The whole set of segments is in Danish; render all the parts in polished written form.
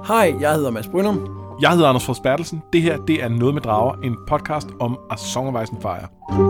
Hej, jeg hedder Mads Brynum. Jeg hedder Anders Fors Bertelsen. Det her, det er Noget med Drager, en podcast om A Song of Ice and Fire.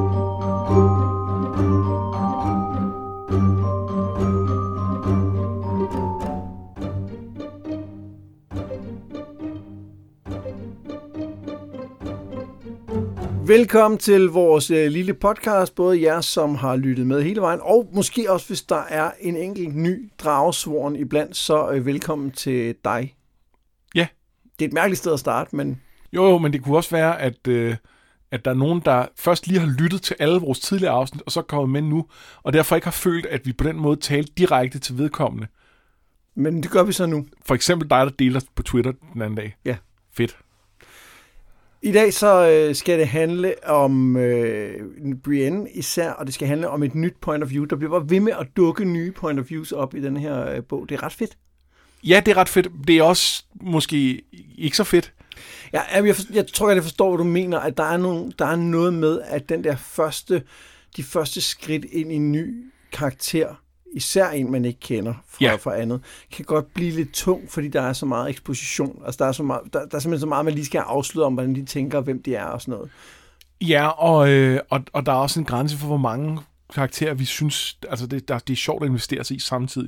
Velkommen til vores lille podcast, både jer, som har lyttet med hele vejen, og måske også, hvis der er en enkelt ny dragesvoren iblandt, så velkommen til dig. Ja. Det er et mærkeligt sted at starte, men... Jo, men det kunne også være, at der er nogen, der først lige har lyttet til alle vores tidligere afsnit, og så er kommet med nu, og derfor ikke har følt, at vi på den måde talte direkte til vedkommende. Men det gør vi så nu. For eksempel dig, der deler på Twitter den anden dag. Ja. Fedt. I dag så skal det handle om Brienne især, og det skal handle om et nyt point of view. Der bliver bare ved med at dukke nye point of views op i den her bog. Det er ret fedt. Ja, det er ret fedt. Det er også måske ikke så fedt. Ja, jeg tror, jeg forstår, hvad du mener, at der er noget med, at den der de første skridt ind i en ny karakter, især en, man ikke kender fra andet, kan godt blive lidt tung, fordi der er så meget eksposition. Altså, der er simpelthen så meget, man lige skal afsløre om, hvordan de tænker, hvem de er og sådan noget. Ja, og der er også en grænse for, hvor mange karakterer vi synes, altså det er sjovt at investere sig i samtidig.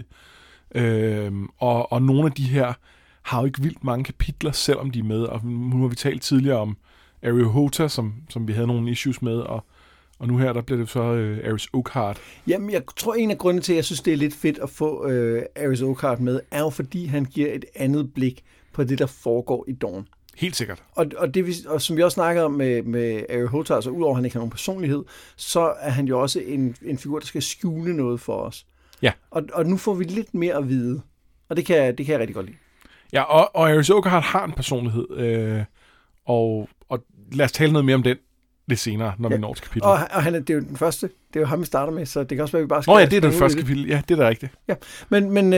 Og nogle af de her har jo ikke vildt mange kapitler, selvom de er med. Og nu har vi talt tidligere om Areo Hota, som vi havde nogle issues med, og nu her, der bliver det så Aerys Oakheart. Jamen, jeg tror, en af grundene til, at jeg synes, det er lidt fedt at få Aerys Oakheart med, er jo fordi, han giver et andet blik på det, der foregår i Dorne. Helt sikkert. Og som vi også snakkede om med Areo Hota, altså udover at han ikke har nogen personlighed, så er han jo også en figur, der skal skjule noget for os. Ja. Og nu får vi lidt mere at vide, og det kan jeg rigtig godt lide. Ja, og Aerys Oakheart har en personlighed, og lad os tale noget mere om den lidt senere, når vi når til kapitlet. Og det er jo den første. Det er jo ham, vi starter med, så det kan også være, vi bare skal... Nå ja, det er den første kapitel. Ja, det er da rigtigt. Ja, men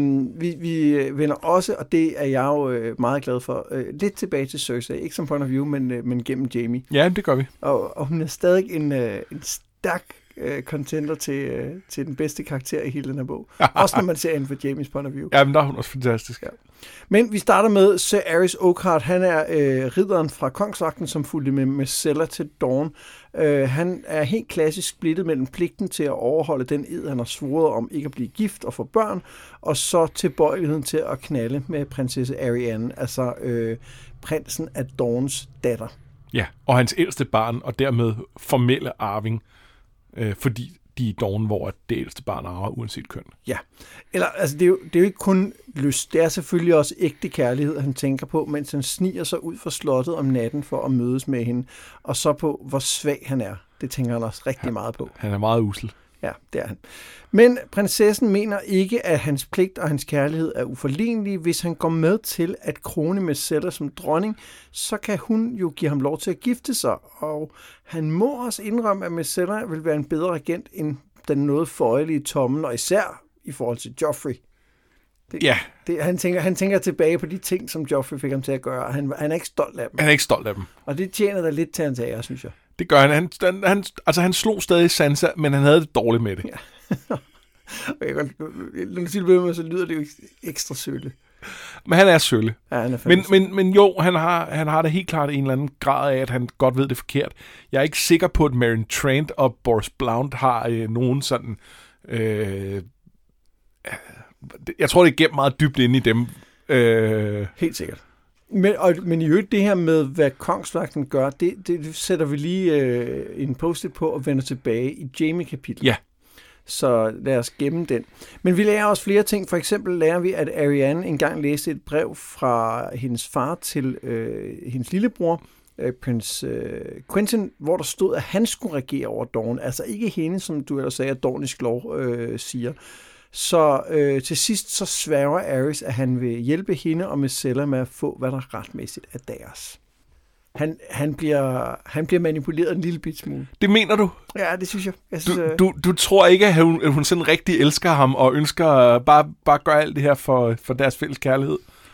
vi vender også, og det er jeg jo meget glad for, lidt tilbage til Cersei. Ikke som point of view, men gennem Jaime. Ja, det gør vi. Og hun er stadig en stærk contender til den bedste karakter i hele den her bog. Også når man ser hende fra Jaimes point of view. Ja, men der er hun også fantastisk. Ja. Men vi starter med Sir Aerys Oakheart. Han er ridderen fra Kongsvagten, som fulgte med Myrcella til Dorne. Han er helt klassisk splittet mellem pligten til at overholde den ed, han har svoret om ikke at blive gift og få børn, og så tilbøjeligheden til at knalde med prinsesse Arianne, altså prinsen af Dornes datter. Ja, og hans ældste barn, og dermed formelle arving, fordi de er i Dorne, hvor det ældste barn arver uanset køn. Ja, eller altså det er jo ikke kun lyst, det er selvfølgelig også ægte kærlighed, han tænker på, mens han sniger sig ud fra slottet om natten for at mødes med hende, og så på, hvor svag han er. Det tænker han også rigtig meget på. Han er meget usel. Ja, det er han. Men prinsessen mener ikke, at hans pligt og hans kærlighed er uforlignelige. Hvis han går med til at krone Myrcella som dronning, så kan hun jo give ham lov til at gifte sig. Og han må også indrømme, at Myrcella vil være en bedre regent end den noget føjelige Tommen, og især i forhold til Joffrey. Han tænker tilbage på de ting, som Joffrey fik ham til at gøre. Han er ikke stolt af dem. Han er ikke stolt af dem. Og det tjener der lidt til hans ære, synes jeg. Det gør han. Han slog stadig Sansa, men han havde det dårligt med det. Ja. Når du siger det, så lyder det jo ekstra sølle. Men han er sølle. Ja, han er men jo, han har det helt klart en eller anden grad af, at han godt ved det forkert. Jeg er ikke sikker på, at Meryn Trant og Boros Blount har nogen sådan... jeg tror, det er gemt meget dybt inde i dem. Helt sikkert. Men i øvrigt, det her med, hvad Kongsvagten gør, det sætter vi lige en post-it på og vender tilbage i Jaime-kapitlet. Ja. Så lad os gemme den. Men vi lærer også flere ting. For eksempel lærer vi, at Arianne engang læste et brev fra hendes far til hendes lillebror, prins Quentin, hvor der stod, at han skulle regere over Dorne. Altså ikke hende, som du ellers sagde, at dornisk lov siger. Så til sidst så sværger Aerys, at han vil hjælpe hende og Myrcella med at få, hvad der retmæssigt er deres. Han bliver manipuleret en lille bit smule. Det mener du? Ja, det synes jeg. Du tror ikke, at hun sådan rigtig elsker ham og ønsker bare gøre alt det her for deres fælles kærlighed?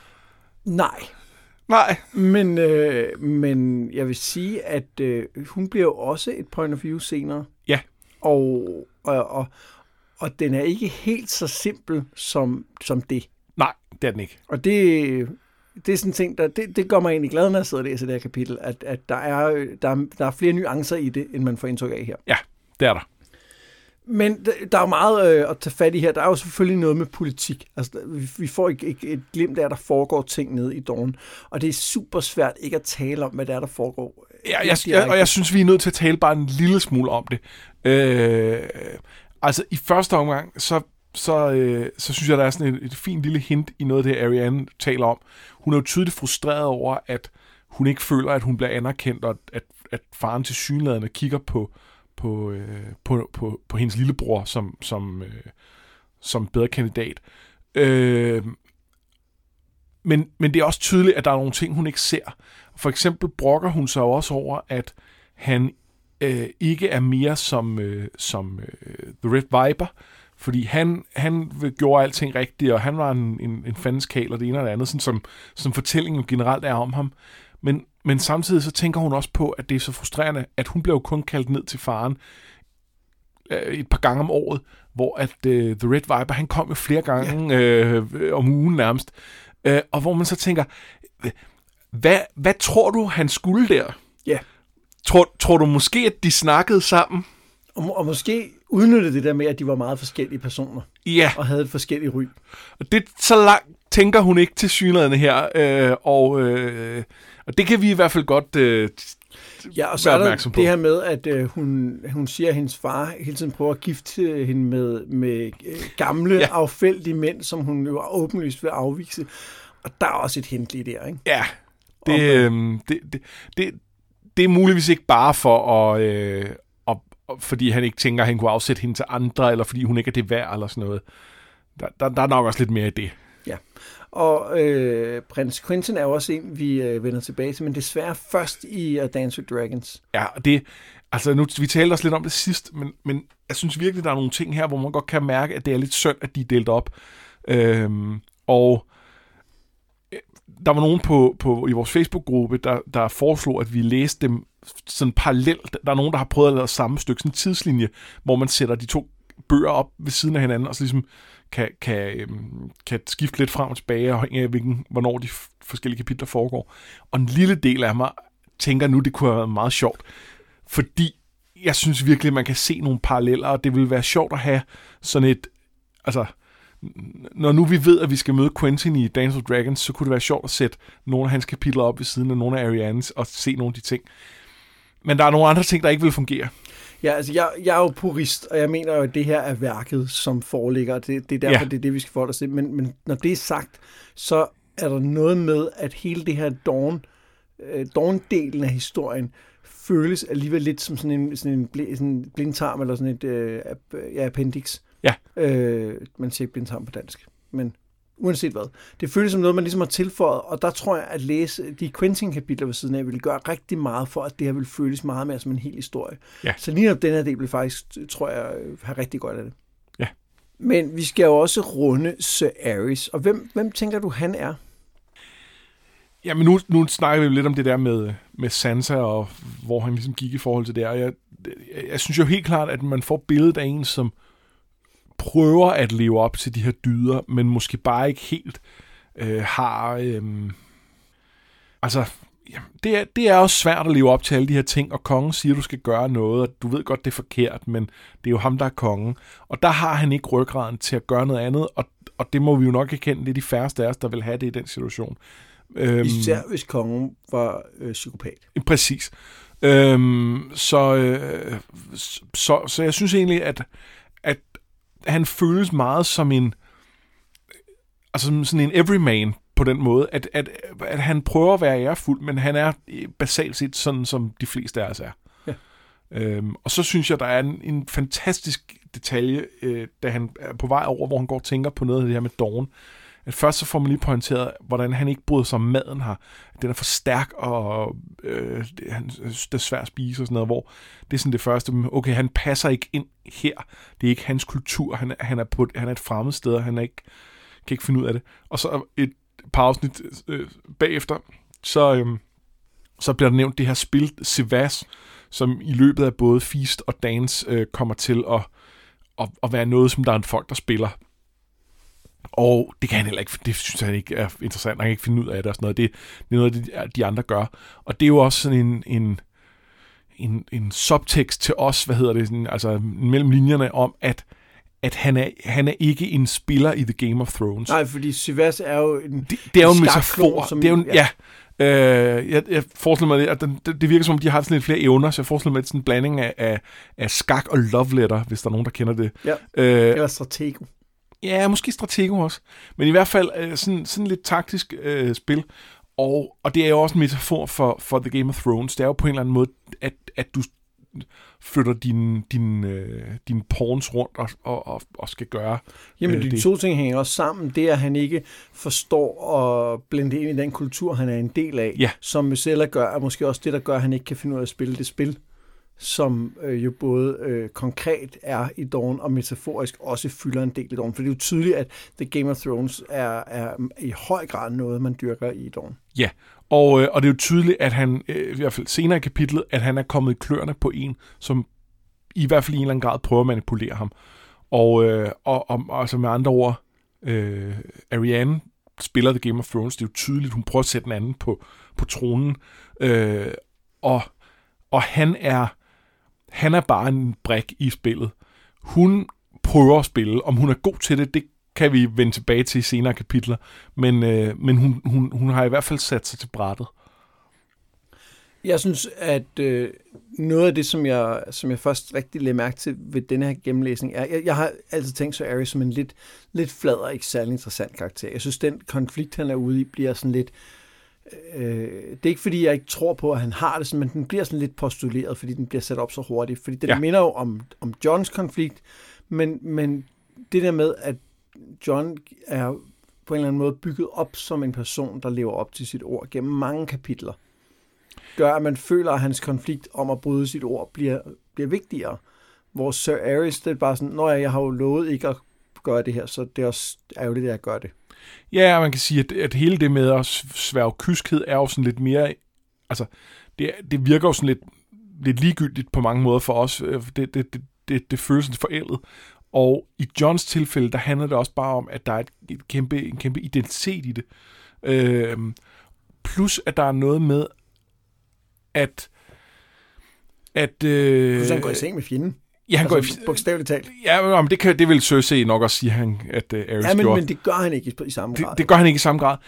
Nej. Men jeg vil sige, at hun bliver jo også et point of view senere. Ja. Og den er ikke helt så simpel som det. Nej, det er den ikke. Og det Det er sådan en ting, det gør mig egentlig glad, når jeg sidder og læser det her kapitel, at der er flere nuancer i det, end man får indtryk af her. Ja, det er der. Men der er jo meget at tage fat i her. Der er jo selvfølgelig noget med politik. Altså, vi får et glimt af, at der foregår ting nede i Dawn. Og det er super svært ikke at tale om, hvad der foregår. Ja, jeg synes, vi er nødt til at tale bare en lille smule om det. Altså, i første omgang, så synes jeg, der er sådan et fint lille hint i noget af det, Arianne taler om. Hun er jo tydeligt frustreret over, at hun ikke føler, at hun bliver anerkendt, og at faren tilsyneladende kigger på hendes lillebror som bedre kandidat. Men det er også tydeligt, at der er nogle ting, hun ikke ser. For eksempel brokker hun sig også over, at han ikke er mere som The Red Viper, fordi han gjorde alting rigtigt, og han var en fandenskal, og det ene og det andet, sådan som fortællingen generelt er om ham. Men samtidig så tænker hun også på, at det er så frustrerende, at hun blev kun kaldt ned til faren et par gange om året, hvor at The Red Viper, han kom jo flere gange om ugen nærmest, og hvor man så tænker, hvad tror du, han skulle der? Ja. Tror du måske, at de snakkede sammen? Og måske udnyttede det der med, at de var meget forskellige personer. Ja. Og havde et forskelligt ry. Og det så langt tænker hun ikke til synligheden her, og det kan vi i hvert fald godt og så er der det her med, at hun siger, at hendes far hele tiden prøver at gifte hende med gamle, affældige mænd, som hun jo åbenlyst vil afvise. Og der er også et hint lige der, ikke? Ja, det er muligvis ikke bare for fordi han ikke tænker, at han kunne afsætte hende til andre, eller fordi hun ikke er det værd, eller sådan noget. Der er nok også lidt mere i det. Ja, og prins Quentin er jo også en, vi vender tilbage til, men desværre først i Dance with Dragons. Ja, og vi talte også lidt om det sidst, men jeg synes virkelig, der er nogle ting her, hvor man godt kan mærke, at det er lidt synd, at de er delt op. Og der var nogen i vores Facebook-gruppe, der foreslog, at vi læste dem sådan parallelt. Der er nogen, der har prøvet at lave samme stykke, sådan en tidslinje, hvor man sætter de to bøger op ved siden af hinanden, og så ligesom kan skifte lidt frem og tilbage, afhængig af hvornår de forskellige kapitler foregår. Og en lille del af mig tænker nu, det kunne have været meget sjovt, fordi jeg synes virkelig, at man kan se nogle paralleller, og det ville være sjovt at have sådan et, altså, når nu vi ved, at vi skal møde Quentin i Dance with Dragons, så kunne det være sjovt at sætte nogle af hans kapitler op ved siden af nogle af Ariannes, og se nogle af de ting. Men der er nogle andre ting, der ikke vil fungere. Ja, altså jeg er jo purist, og jeg mener jo, at det her er værket, som foreligger. Det er derfor, det er det, vi skal forholde os til. Men når det er sagt, så er der noget med, at hele det her Dawn-delen af historien føles alligevel lidt som sådan en blindtarm, eller sådan et appendix. Ja. Man siger ikke blindtarm på dansk, men uanset hvad. Det føles som noget, man ligesom har tilføjet, og der tror jeg, at læse de Quentin-kapitler ved siden af, ville gøre rigtig meget for, at det her ville føles meget mere som en hel historie. Ja. Så lige op den her del vil faktisk, tror jeg, have rigtig godt af det. Ja. Men vi skal jo også runde Sir Aerys, og hvem tænker du, han er? Ja, men nu snakker vi lidt om det der med Sansa, og hvor han ligesom gik i forhold til det, og jeg synes jo helt klart, at man får billedet af en, som prøver at leve op til de her dyder, men måske bare ikke helt har... det er også svært at leve op til alle de her ting, og kongen siger, at du skal gøre noget, og du ved godt, det er forkert, men det er jo ham, der er kongen. Og der har han ikke ryggraden til at gøre noget andet, og det må vi jo nok erkende, det er de færreste af os, der vil have det i den situation. Især hvis kongen var psykopat. Præcis. Så jeg synes egentlig, at han føles meget som sådan en everyman på den måde, at han prøver at være ærefuld, men han er basalt set sådan, som de fleste af os er. Ja. Og så synes jeg, der er en fantastisk detalje, da han er på vej over, hvor han går og tænker på noget af det her med Dawn. At først så får man lige pointeret, hvordan han ikke bryder sig om maden her. Den er for stærk, og det er svært at spise og sådan noget, hvor det er sådan det første, okay, han passer ikke ind her. Det er ikke hans kultur, han er et fremmed sted, og han kan ikke finde ud af det. Og så et par afsnit bagefter, så bliver der nævnt det her spil, Sivas, som i løbet af både Feast og Dance kommer til at være noget, som der er en folk, der spiller. Og det kan han heller ikke, det synes han ikke er interessant. Han kan ikke finde ud af det og sådan noget. Det er noget, de andre gør. Og det er jo også sådan en subtekst til os, altså mellem linjerne om, at han er ikke en spiller i The Game of Thrones. Nej, fordi Syvas er jo det er jo en metafor. Som, det er jo jeg forestiller mig, at det virker som om, de har sådan lidt flere evner, så jeg forestiller mig, at det er sådan en blanding af skak og love letter, hvis der er nogen, der kender det. Ja, eller Stratego. Ja, måske Stratego også. Men i hvert fald sådan lidt taktisk spil. Og det er jo også en metafor for The Game of Thrones. Det er jo på en eller anden måde, at du flytter dine pawns rundt og skal gøre. Jamen, de to ting hænger også sammen. Det er, at han ikke forstår at blende ind i den kultur, han er en del af, som Myrcella gør, er måske også det, der gør, at han ikke kan finde ud af at spille det spil, som jo både konkret er i Dawn, og metaforisk også fylder en del i Dawn. For det er jo tydeligt, at The Game of Thrones er i høj grad noget, man dyrker i Dawn. Ja, og det er jo tydeligt, at han, i hvert fald senere i kapitlet, at han er kommet i kløerne på en, som i hvert fald i en eller anden grad prøver at manipulere ham. Og altså med andre ord, Arianne spiller The Game of Thrones, det er jo tydeligt, hun prøver at sætte den anden på tronen, og han er bare en brik i spillet. Hun prøver at spille. Om hun er god til det kan vi vende tilbage til i senere kapitler. Men hun har i hvert fald sat sig til brættet. Jeg synes, at noget af det, som jeg først rigtig lagde mærke til ved denne her gennemlæsning, er, jeg har altid tænkt så Aerys som en lidt flad og ikke særlig interessant karakter. Jeg synes, den konflikt, han er ude i, bliver sådan lidt... det er ikke, fordi jeg ikke tror på, at han har det sådan, men den bliver sådan lidt postuleret, fordi den bliver sat op så hurtigt. Fordi den minder jo om Jons konflikt, men det der med, at Jon er på en eller anden måde bygget op som en person, der lever op til sit ord gennem mange kapitler, gør, at man føler, at hans konflikt om at bryde sit ord bliver vigtigere. Hvor Sir Aerys, det er bare sådan, jeg har jo lovet ikke at gøre det her, så det er også ærgerligt, at jeg gør det. Ja, man kan sige, at hele det med at sværge kyskhed er jo sådan lidt mere... Altså, det virker jo sådan lidt ligegyldigt på mange måder for os. Det føles lidt forældet. Og i Jons tilfælde, der handler det også bare om, at der er en kæmpe identitet i det. Plus, at der er noget med, at plus han går i seng med fjenden. Ja, han går bogstaveligt talt. Ja, men det vil Cersei nok også sige, at Aerys gjorde. Men det gør han ikke i samme grad. Det gør han ikke i samme grad.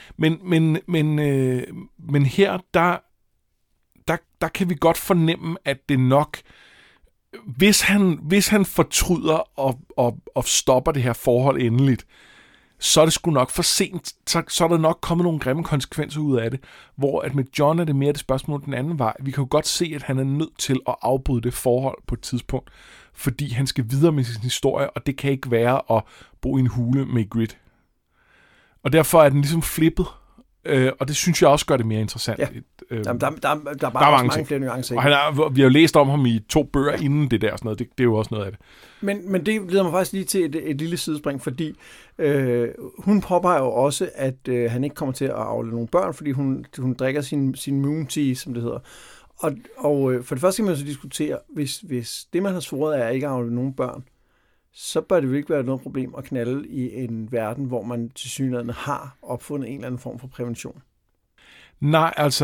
Men her, der kan vi godt fornemme, at det nok... Hvis han fortryder og stopper det her forhold endeligt, så er det sgu nok for sent. Så er der nok kommet nogle grimme konsekvenser ud af det. Hvor at med Jon er det mere det spørgsmål den anden vej. Vi kan jo godt se, at han er nødt til at afbryde det forhold på et tidspunkt, fordi han skal videre med sin historie, og det kan ikke være at bo i en hule med Ygritte. Og derfor er den ligesom flippet. Og det synes jeg også gør det mere interessant. Ja. Der er bare mange flere nuancer. Og vi har jo læst om ham i 2 bøger inden det der. Sådan noget. Det er jo også noget af det. Men det leder mig faktisk lige til et lille sidespring, fordi hun påpeger jo også, at han ikke kommer til at afle nogle børn, fordi hun drikker sin moon tea, som det hedder. Og for det første kan man så diskutere, hvis det, man har svoret, er ikke at afle nogle børn, så bør det jo ikke være noget problem at knalde i en verden, hvor man tilsyneladende har opfundet en eller anden form for prævention. Nej, altså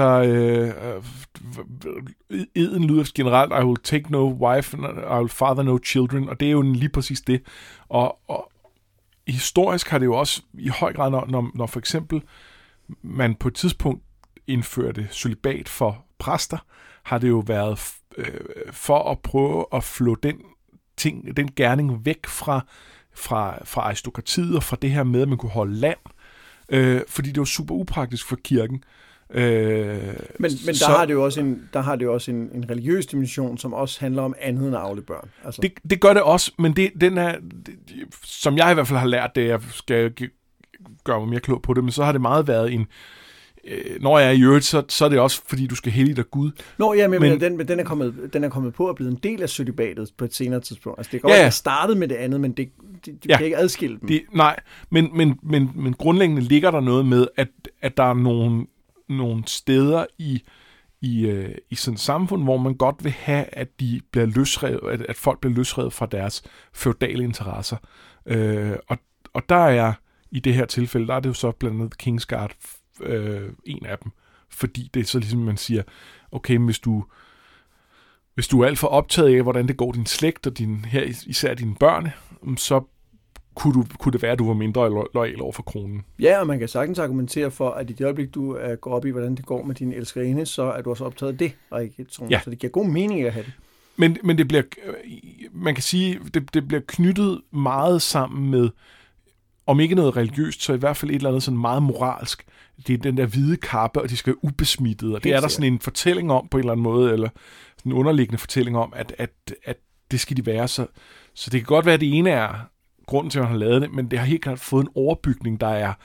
eden lyder generelt, I will take no wife, and I will father no children, og det er jo lige præcis det. Og historisk har det jo også i høj grad, når for eksempel man på et tidspunkt indførte cølibat for præster, har det jo været for at prøve at flå den gerning væk fra aristokratiet og fra det her med, at man kunne holde land, fordi det var super upraktisk for kirken. Men der har det jo også en religiøs dimension, som også handler om andet end at avle børn. Altså. Det gør det også, men som jeg i hvert fald har lært det, jeg skal gøre mig mere klog på det, men så har det meget været når jeg er i øvrigt, så er det også, fordi du skal hellige dig Gud. Men den er kommet på at blive en del af cølibatet på et senere tidspunkt. Altså det kan godt have startet med det andet, men det kan ikke adskille dem. Nej, men grundlæggende ligger der noget med, at der er nogle steder i sådan et samfund, hvor man godt vil have, at de bliver løsrevet, at folk bliver løsrevet fra deres feudale interesser. Og der er i det her tilfælde, der er det jo så blandt andet Kingsguard, en af dem. Fordi det er så ligesom, man siger, okay, hvis du er alt for optaget af, hvordan det går din slægt, og især dine børn, så kunne det være, at du var mindre loyal over for kronen. Ja, og man kan sagtens argumentere for, at i det øjeblik, du går op i, hvordan det går med din elskerinde, så er du også optaget af det, og ikke tronen. Ja. Så det giver god mening at have det. Men det bliver, man kan sige, det bliver knyttet meget sammen med, om ikke noget religiøst, så i hvert fald et eller andet sådan meget moralsk. Det er den der hvide kappe, og de skal være ubesmittede, og det er der sådan en fortælling om på en eller anden måde, eller sådan en underliggende fortælling om, at det skal de være. Så det kan godt være, at det ene er grunden til, at man har lavet det, men det har helt klart fået en overbygning, der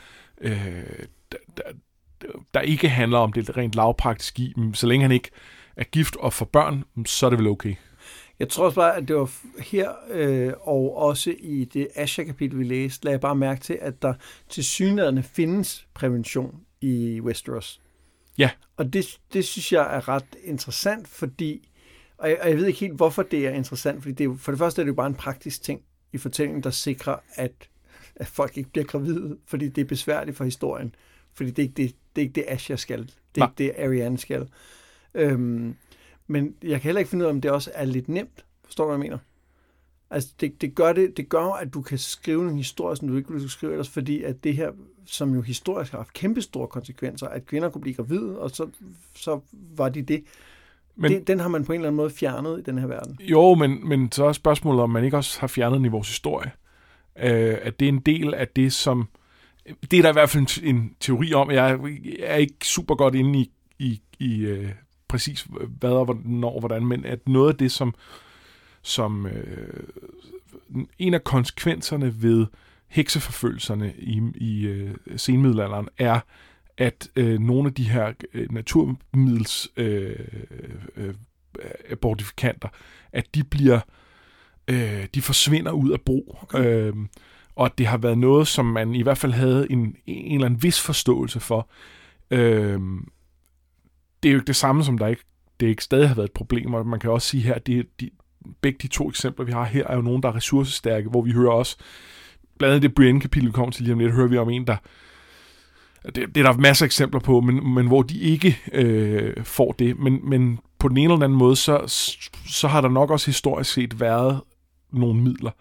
ikke handler om det rent lavpraktisk i. Så længe han ikke er gift og får børn, så er det vel okay. Jeg tror også bare, at det var her, og også i det Asher-kapitel, vi læste, lagde jeg bare mærke til, at der tilsyneladende findes prævention i Westeros. Ja. Og det synes jeg er ret interessant, fordi, og jeg ved ikke helt, hvorfor det er interessant, fordi for det første er det jo bare en praktisk ting i fortællingen, der sikrer, at folk ikke bliver gravide, fordi det er besværligt for historien. Fordi det er ikke det Asher skal. Det er ikke det Arianne skal. Men jeg kan heller ikke finde ud af, om det også er lidt nemt. Forstår du, hvad jeg mener? Altså, det gør, at du kan skrive en historie, som du ikke ville skrive ellers, fordi at det her, som jo historisk har haft kæmpe store konsekvenser, at kvinder kunne blive gravide, og så var de det. Men, den har man på en eller anden måde fjernet i den her verden. Jo, men så er spørgsmålet, om man ikke også har fjernet den i vores historie. At det er en del af det, som... Det er der i hvert fald en teori om. Jeg er ikke super godt inde i præcis hvad og hvornår, hvordan, men at noget af det, som en af konsekvenserne ved hekseforfølgelserne i senmiddelalderen er, at nogle af de her naturmiddels abortifikanter, at de forsvinder ud af brug. Okay. Og at det har været noget, som man i hvert fald havde en eller anden vis forståelse for. Det er jo ikke det samme, som det ikke stadig har været et problem, og man kan også sige her, at begge de to eksempler, vi har her, er jo nogen, der er ressourcestærke, hvor vi hører også, blandt andet det Brienne-kapitel, vi kommer til lige om lidt, hører vi om en, der det er der masser af eksempler på, men hvor de ikke får det. Men på den ene eller anden måde, så har der nok også historisk set været nogle midler,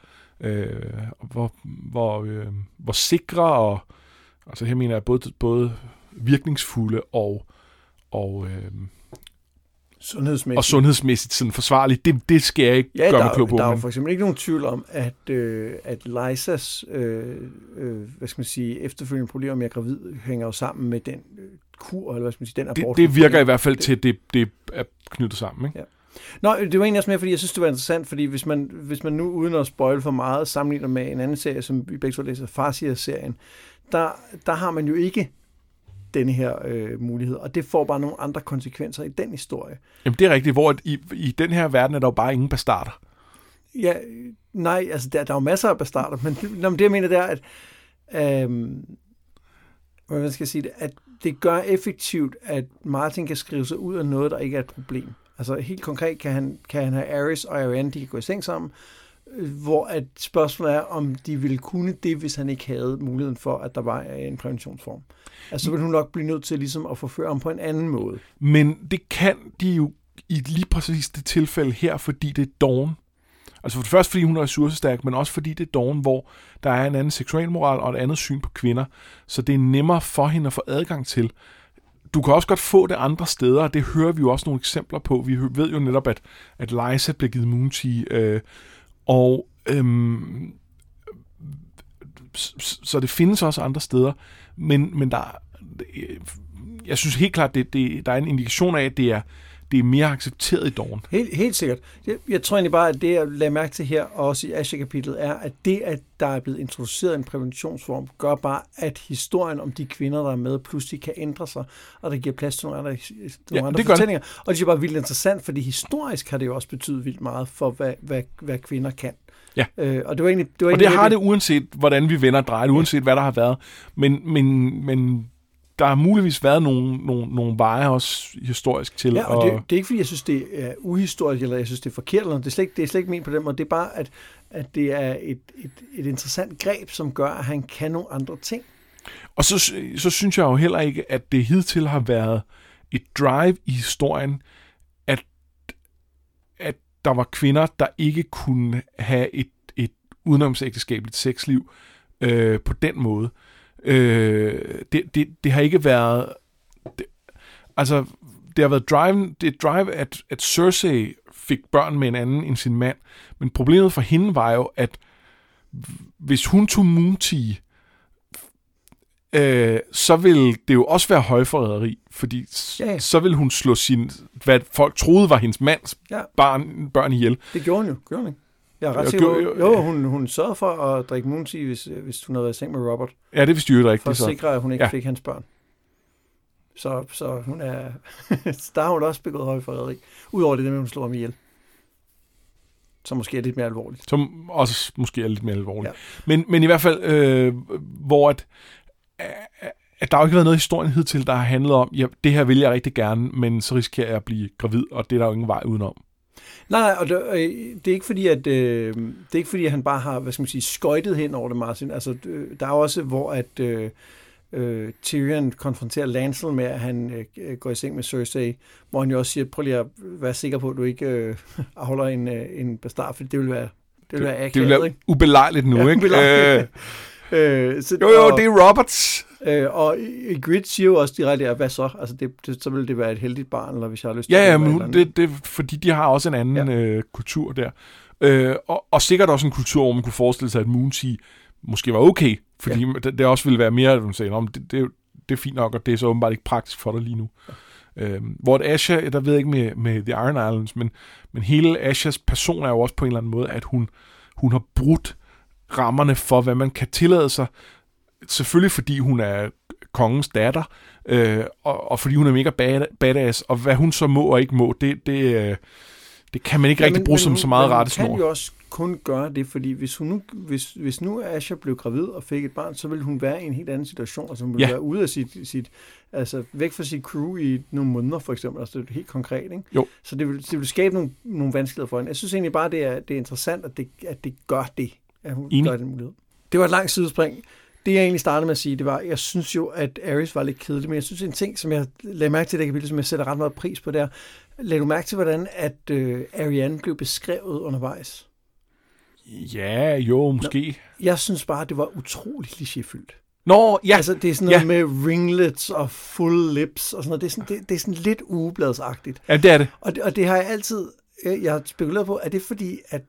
hvor sikre og altså her mener jeg både virkningsfulde og sundhedsmæssigt sådan forsvarligt. Det skal jeg ikke gøre mig klog på. Der er jo for eksempel ikke nogen tvivl om, at Lysas hvad skal man sige, efterfølgende problemer med at gravid hænger jo sammen med den kur, eller hvad skal man sige, den abort. Det virker i hvert fald til, at det er knyttet sammen, ikke? Ja. Nå, det var egentlig også mere, fordi jeg synes, det var interessant, fordi hvis man nu, uden at spoil for meget, sammenligner med en anden serie, som vi begge så læser, Farseer-serien, der har man jo ikke denne her mulighed, og det får bare nogle andre konsekvenser i den historie. Jamen det er rigtigt, hvor i den her verden er der jo bare ingen bastarder. Ja, nej, altså der er jo masser af bastarder, men det jeg mener, det er, at hvordan skal jeg sige det, at det gør effektivt, at Martin kan skrive sig ud af noget, der ikke er et problem. Altså helt konkret kan han have Aerys og Arianne, de kan gå i seng sammen, hvor at spørgsmålet er, om de ville kunne det, hvis han ikke havde muligheden for, at der var en præventionsform. Altså så ville hun nok blive nødt til ligesom at forføre ham på en anden måde. Men det kan de jo i lige præcis det tilfælde her, fordi det er Dawn. Altså for det første, fordi hun er ressourcestærk, men også fordi det er Dawn, hvor der er en anden seksualmoral og et andet syn på kvinder. Så det er nemmere for hende at få adgang til. Du kan også godt få det andre steder, og det hører vi jo også nogle eksempler på. Vi ved jo netop, at Lysa bliver givet Moontea, så det findes også andre steder, men jeg synes helt klart, der er en indikation af, at det er mere accepteret i Dawn. Helt sikkert. Jeg tror egentlig bare, at det, jeg lagde mærke til her, også i Asher-kapitlet, er, at det, at der er blevet introduceret en præventionsform, gør bare, at historien om de kvinder, der er med, pludselig kan ændre sig, og der giver plads til nogle andre fortællinger. Og det er bare vildt interessant, fordi historisk har det jo også betydet vildt meget for, hvad kvinder kan. Ja. Og det har det uanset, hvordan vi vender og drejer, uanset hvad der har været. Men der har muligvis været nogle veje også historisk til. Ja, og det er ikke, fordi jeg synes, det er uhistorisk, eller jeg synes, det er forkert, eller det er slet ikke ment på den måde. Det er bare, at det er et interessant greb, som gør, at han kan nogle andre ting. Og så synes jeg jo heller ikke, at det hidtil har været et drive i historien, at der var kvinder, der ikke kunne have et udenomsægteskabeligt sexliv på den måde. Det har ikke været... Det har været drive, at Cersei fik børn med en anden end sin mand, men problemet for hende var jo, at hvis hun tog Moontea, så ville det jo også være højforræderi, fordi så ville hun slå hvad folk troede var hendes mands børn ihjel. Det gjorde hun jo, ikke? Jeg er ret sikker, hun sørgede for at drikke Moontea, hvis hun havde været i seng med Robert. Ja, det vidste jo ikke rigtigt. For at sikre, at hun ikke fik hans børn. Så hun er... der har hun også begået højforræderi. Udover det med, at hun slår ham ihjel. Som måske er lidt mere alvorligt. Som også måske er lidt mere alvorligt. Ja. Men i hvert fald, hvor at der har jo ikke været noget i historien hidtil, der har handlet om, det her vil jeg rigtig gerne, men så risikerer jeg at blive gravid, og det er der jo ingen vej udenom. Nej, og det er ikke fordi, at det er ikke fordi, at han bare har, hvad skal man sige, skøjtet hen over det, Martin. Altså, der er også, hvor at Tyrion konfronterer Lancel med, at han går i seng med Cersei, hvor han jo også siger, prøv lige at være sikker på, at du ikke afholder en bastard, for det vil være akavet, det vil være ubelejligt nu, ja, ikke? Så, jo, det er Roberts. Og Grid siger jo også direkte, hvad så? Altså, så vil det være et heldigt barn, eller hvis jeg har lyst til at men det fordi de har også en anden kultur der. Og sikkert også en kultur, hvor man kunne forestille sig, at Moontea måske var okay, fordi det også ville være mere, at man siger, det er fint nok, og det er så åbenbart ikke praktisk for dig lige nu. Ja. Hvor at Asha, der ved jeg ikke med The Iron Islands, men hele Ashas person er jo også på en eller anden måde, at hun har brudt rammerne for, hvad man kan tillade sig. Selvfølgelig fordi hun er kongens datter, og fordi hun er mega badass, og hvad hun så må og ikke må, det kan man ikke rigtig bruge som så meget rettesnor. Man kan jo også kun gøre det, fordi hvis nu Asha blev gravid og fik et barn, så ville hun være i en helt anden situation. Altså hun ville være ude af sit altså væk fra sit crew i nogle måneder, for eksempel. Altså det er helt konkret, ikke? Jo. Så det vil skabe nogle vanskeligheder for hende. Jeg synes egentlig bare, det er interessant, at det gør det, at hun gør den mulighed. Det var et langt sidespring. Det jeg egentlig startede med at sige, det var, jeg synes jo, at Aerys var lidt kedelig, men jeg synes en ting, som jeg lagde mærke til i det kapitel, som jeg sætter ret meget pris på, der. Lagde du mærke til, hvordan at Arianne blev beskrevet undervejs? Ja, jo, måske. Jeg synes bare, det var utroligt klichéfyldt. Nå, ja. Altså, det er sådan noget med ringlets og full lips og sådan noget. Det er sådan lidt ugebladsagtigt. Ja, det er det. Og det har jeg altid... Jeg har spekuleret på, er det fordi, at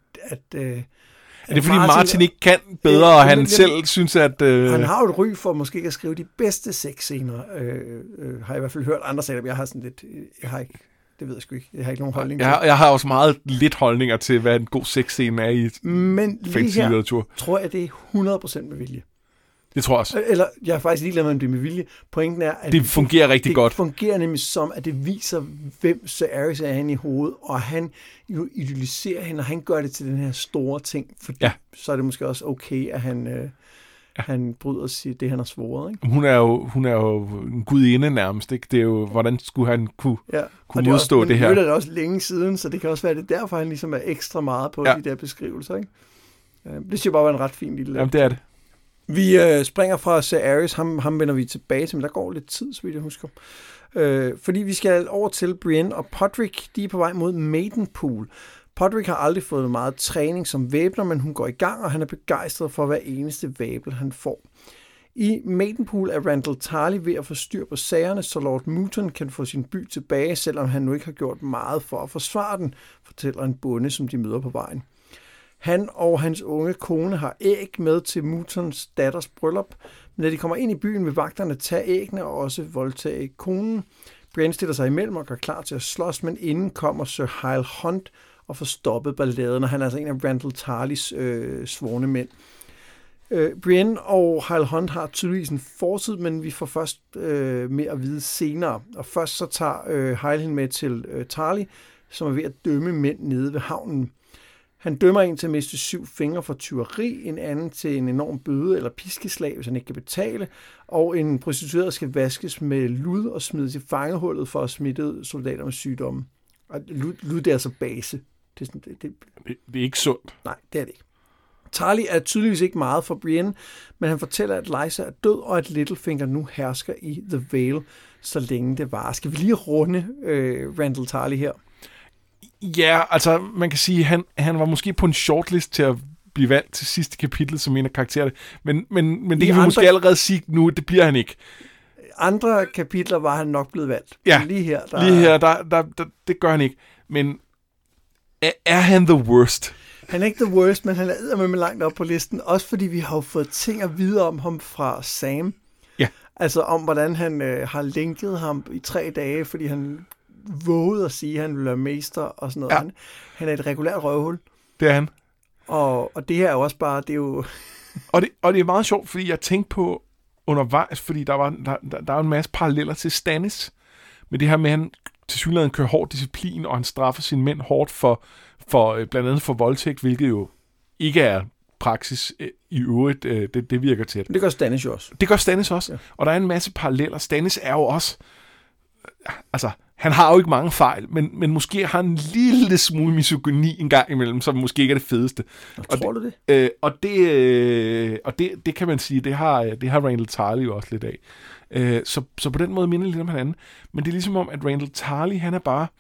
er det fordi Martin ikke kan bedre, og han selv synes, at... Han har jo et ry for måske ikke at skrive de bedste sexscener. Har jeg i hvert fald hørt andre sager, jeg har sådan lidt... Jeg har ikke... Det ved jeg sgu ikke. Jeg har ikke nogen holdning til. Jeg har også meget lidt holdninger til, hvad en god sexscene er i fantasy-litteratur. Tror jeg, det er 100% med vilje. Det tror jeg også. Eller jeg er faktisk ligeglad med, om det er med vilje. Pointen er, at det fungerer rigtig godt. Det fungerer nemlig som, at det viser, hvem Aerys er han i hovedet, og han jo idylliserer hende, og han gør det til den her store ting, fordi så er det måske også okay, at han bryder det, han har svoret. Ikke? Hun er jo en gudinde nærmest. Ikke? Det er jo, hvordan skulle han kunne modstå det her? Det er også længe siden, så det kan også være, det derfor, han ligesom er ekstra meget på de der beskrivelser. Ikke? Det synes jeg bare var en ret fin lille... Jamen, det er det. Vi springer fra Ser Aerys, ham vender vi tilbage til, men der går lidt tid, så vidt jeg husker. Fordi vi skal over til Brienne og Podrick, de er på vej mod Maidenpool. Podrick har aldrig fået meget træning som væbner, men hun går i gang, og han er begejstret for hver eneste væbel, han får. I Maidenpool er Randall Tarly ved at få styr på sagerne, så Lord Mouton kan få sin by tilbage, selvom han nu ikke har gjort meget for at forsvare den, fortæller en bonde, som de møder på vejen. Han og hans unge kone har æg med til Moutons datters bryllup, men da de kommer ind i byen, vil vagterne tage æggene og også voldtage konen. Brienne stiller sig imellem og gør klar til at slås, men inden kommer Sir Hyle Hunt og får stoppet balladen, og han er altså en af Randall Tarlys svorne mænd. Brienne og Hyle Hunt har tydeligvis en fortid, men vi får først mere at vide senere. Og først så tager Hyle hende med til Tarly, som er ved at dømme mænd nede ved havnen. Han dømmer en til at miste 7 fingre for tyveri, en anden til en enorm bøde eller piskeslag, hvis han ikke kan betale, og en prostitueret skal vaskes med lud og smides i fangehullet for at smitte soldater med sygdomme. Og lud, det er altså base. Det er, sådan, det er ikke sundt. Nej, det er det ikke. Tarly er tydeligvis ikke meget for Brienne, men han fortæller, at Lysa er død, og at Littlefinger nu hersker i The Vale, så længe det var. Skal vi lige runde Randyll Tarly her? Ja, altså man kan sige, han var måske på en shortlist til at blive valgt til sidste kapitel som en af karaktererne, men det kan vi måske allerede sige nu, det bliver han ikke. Andre kapitler var han nok blevet valgt. Ja, lige her, det gør han ikke. Men er han the worst? Han er ikke the worst, men han er med langt op på listen. Også fordi vi har fået ting at vide om ham fra Sam. Ja. Altså om, hvordan han har linket ham i 3 dage, fordi han vågede at sige, at han ville være mester og sådan noget. Ja. Han er et regulært røvhul. Det er han. Og det her er jo også bare, det er jo... og det er meget sjovt, fordi jeg tænkte på undervejs, fordi der er en masse paralleller til Stannis. Med det her med, at han tilsyneladende kører hård disciplin, og han straffer sine mænd hårdt for blandt andet for voldtægt, hvilket jo ikke er praksis i øvrigt. Det virker til. Det gør Stannis jo også. Det gør Stannis også. Ja. Og der er en masse paralleller. Stannis er jo også... Altså, han har jo ikke mange fejl, men måske har han en lille smule misogyni en gang imellem, som måske ikke er det fedeste. Tror du det? Og det kan man sige, det har Randyll Tarly jo også lidt af. Så på den måde minder lidt om hinanden. Men det er ligesom om, at Randyll Tarly, han er bare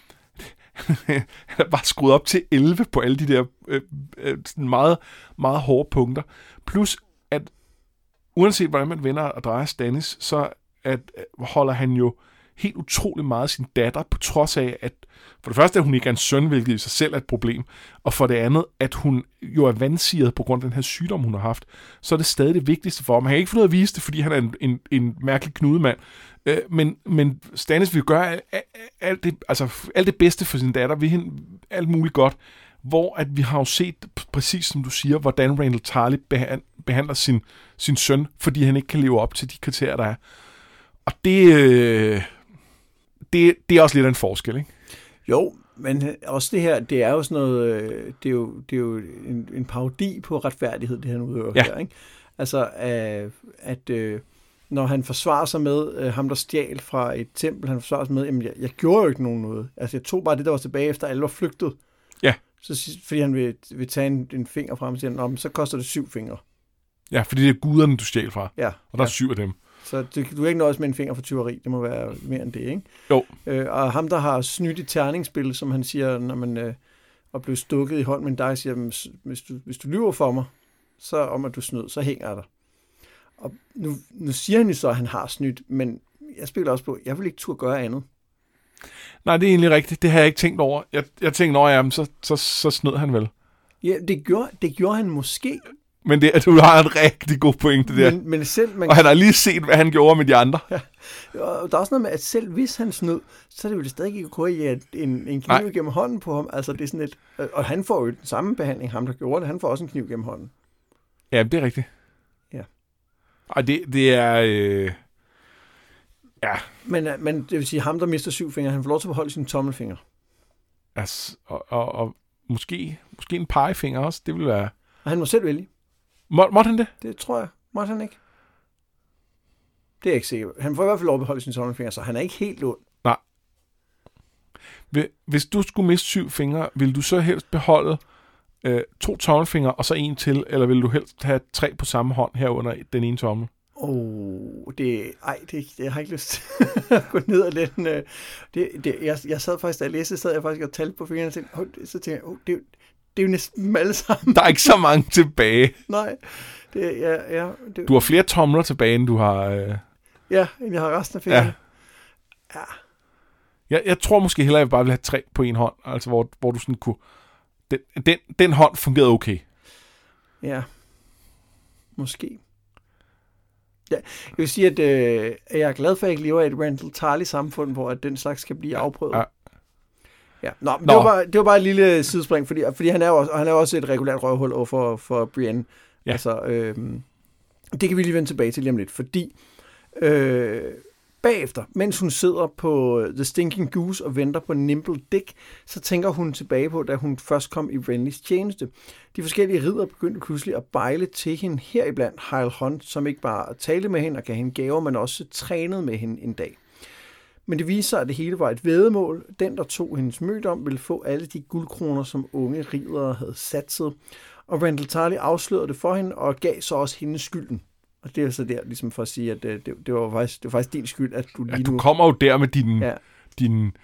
skruet op til 11 på alle de der meget, meget hårde punkter. Plus, at uanset hvordan man vender og drejer Stannis, så holder han jo helt utrolig meget af sin datter, på trods af, at for det første, at hun ikke er en søn, hvilket i sig selv er et problem, og for det andet, at hun jo er vansiret på grund af den her sygdom, hun har haft, så er det stadig det vigtigste for ham. Han kan ikke finde ud af at vise det, fordi han er en mærkelig knudemand, men Stannis vil gøre alt det bedste for sin datter, vil hende alt muligt godt, hvor at vi har jo set, præcis som du siger, hvordan Randyll Tarly behandler sin søn, fordi han ikke kan leve op til de kriterier, der er. Og det er også lidt af en forskel, ikke? Jo, men også det her, det er jo sådan noget, det er jo en parodi på retfærdighed, det han udøver her, ikke? Altså, at når han forsvarer sig med ham, der stjal fra et tempel, han forsvarer sig med, jamen jeg gjorde jo ikke nogen noget. Altså, jeg tog bare det, der var tilbage, efter alle var flygtet. Ja. Så, fordi han vil tage en finger frem og sige, så koster det 7 fingre. Ja, fordi det er guderne, du stjal fra. Ja. Og der er 7 af dem. Så du er ikke nøjes med en finger for tyveri. Det må være mere end det, ikke? Jo. Og ham, der har snydt i terningsspil, som han siger, når man er blevet stukket i hånden med en dig, siger, hvis du lyver for mig, så om at du snød, så hænger jeg dig. Og nu siger han jo så, at han har snydt, men jeg spiller også på, jeg vil ikke turde gøre andet. Nej, det er egentlig rigtigt. Det har jeg ikke tænkt over. Jeg tænkte over, jamen, så snød han vel. Ja, det gjorde han måske. Men du har en rigtig god pointe der. Men selv, og han har lige set, hvad han gjorde med de andre. Ja. Og der er også noget med, at selv hvis han snød, så er det jo stadig ikke kunne i en kniv gennem hånden på ham. Altså, det er sådan et, og han får jo den samme behandling, ham der gjorde det. Han får også en kniv gennem hånden. Ja, det er rigtigt. Ja. Og det er... ja. Men det vil sige, ham der mister 7 fingre, han får lov til at beholde sine tommelfinger. Altså, og måske en pegefinger også, det vil være... Og han må selv vælge. Måtte han det? Det tror jeg. Måtte han ikke? Det er jeg ikke sikker. Han får i hvert fald lov at beholde sine tommelfinger, så han er ikke helt ond. Nej. Hvis du skulle miste 7 fingre, ville du så helst beholde 2 tommelfingre og så en til, eller ville du helst have 3 på samme hånd herunder den ene tommel? Det har jeg ikke lyst til at gå ned og lidt. Jeg sad faktisk, da jeg læste, sad jeg faktisk og talte på fingrene, og så tænkte jeg, det er jo næsten dem alle sammen. Der er ikke så mange tilbage. Nej. Du har flere tomler tilbage, end du har... Ja, end jeg har resten af fingrene. Ja. Jeg tror måske hellere, at jeg bare vil have 3 på en hånd. Altså, hvor du sådan kunne... Den hånd fungerede okay. Ja. Måske. Ja, jeg vil sige, at jeg er glad for, at jeg ikke lever i et Randyll Tarly-samfund, hvor at den slags kan blive afprøvet. Ja. Ja. Nå. Det var bare et lille sidespring, fordi han er jo også et regulært røvhul over for Brienne. Ja. Altså, det kan vi lige vende tilbage til lige om lidt, fordi Bagefter, mens hun sidder på The Stinking Goose og venter på Nimble Dick, så tænker hun tilbage på, da hun først kom i Renlys tjeneste. De forskellige ridder begyndte pludselig at bejle til hende, heriblandt Hyle Hunt, som ikke bare talte med hende og gav hende gaver, men også trænede med hende en dag. Men det viste sig, at det hele var et væddemål. Den, der tog hendes mødom, ville få alle de guldkroner, som unge riddere havde satset. Og Randall Tarly afslørede det for hende og gav så også hende skylden. Og det er så der, ligesom for at sige, at det var faktisk din skyld, at du lige nu... Du kommer jo der med din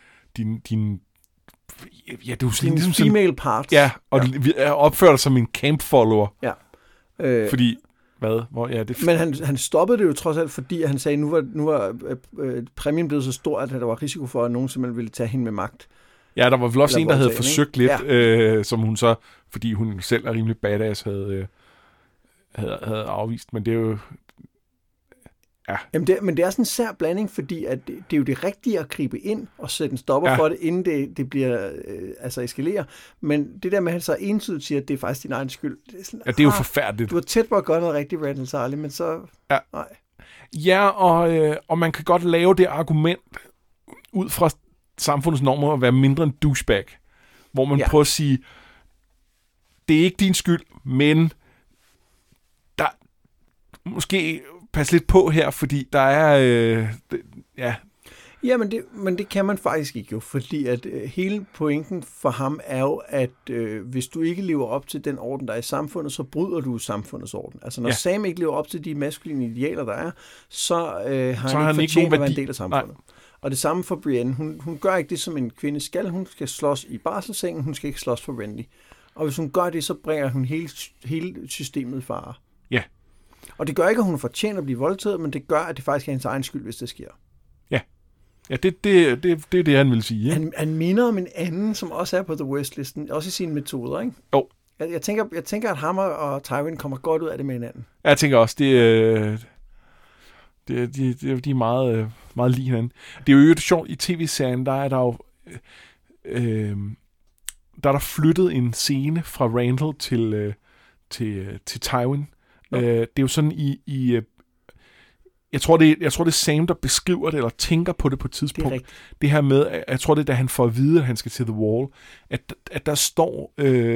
ja, det er jo sådan, din ligesom female parts. Ja, og opfører dig som en camp-follower. Ja. Fordi, hvad? Hvor, ja, det... Men han stoppede det jo trods alt, fordi han sagde, nu var præmien blevet så stor, at der var risiko for, at nogen simpelthen ville tage hende med magt. Ja, der var vel også en, der havde forsøgt lidt, som hun så, fordi hun selv er rimelig badass, havde afvist, men det er jo... Ja. Jamen men det er sådan en sær blanding, fordi at det er jo det rigtige at gribe ind og sætte en stopper for det, inden det bliver eskalerer. Men det der med, at han så entydigt siger, at det er faktisk din egen skyld. Det er sådan, det er jo forfærdeligt. Du var tæt på at gøre noget rigtigt, Randall Tarly, men så... Ja, nej. Ja, og man kan godt lave det argument ud fra samfundets normer at være mindre en douchebag, hvor man prøver at sige, det er ikke din skyld, men der måske pas lidt på her, fordi der er Ja, men det kan man faktisk ikke jo, fordi at hele pointen for ham er jo, at hvis du ikke lever op til den orden, der er i samfundet, så bryder du samfundets orden. Altså når Sam ikke lever op til de maskuline idealer, der er, så har han ikke fortjent at være en del af samfundet. Nej. Og det samme for Brienne. Hun gør ikke det, som en kvinde skal. Hun skal slås i barselssengen, hun skal ikke slås for Renly. Og hvis hun gør det, så bringer hun hele systemet i fare. Ja. Og det gør ikke, at hun fortjener at blive voldtaget, men det gør, at det faktisk er hendes egen skyld, hvis det sker. Ja, det er det, han vil sige. Ja? Han minder om en anden, som også er på The Worst-listen, også i sine metoder, ikke? Jo. Jeg tænker, at Hammer og Tywin kommer godt ud af det med hinanden. Jeg tænker også, de er meget, meget lige hinanden. Det er jo sjovt, i tv-serien, der er der jo... der er der flyttet en scene fra Randall til Tywin. Det er jo sådan i jeg tror det er Sam, der beskriver det, eller tænker på det på et tidspunkt. Det her med, jeg tror det er, da han får at vide, at han skal til The Wall, at der står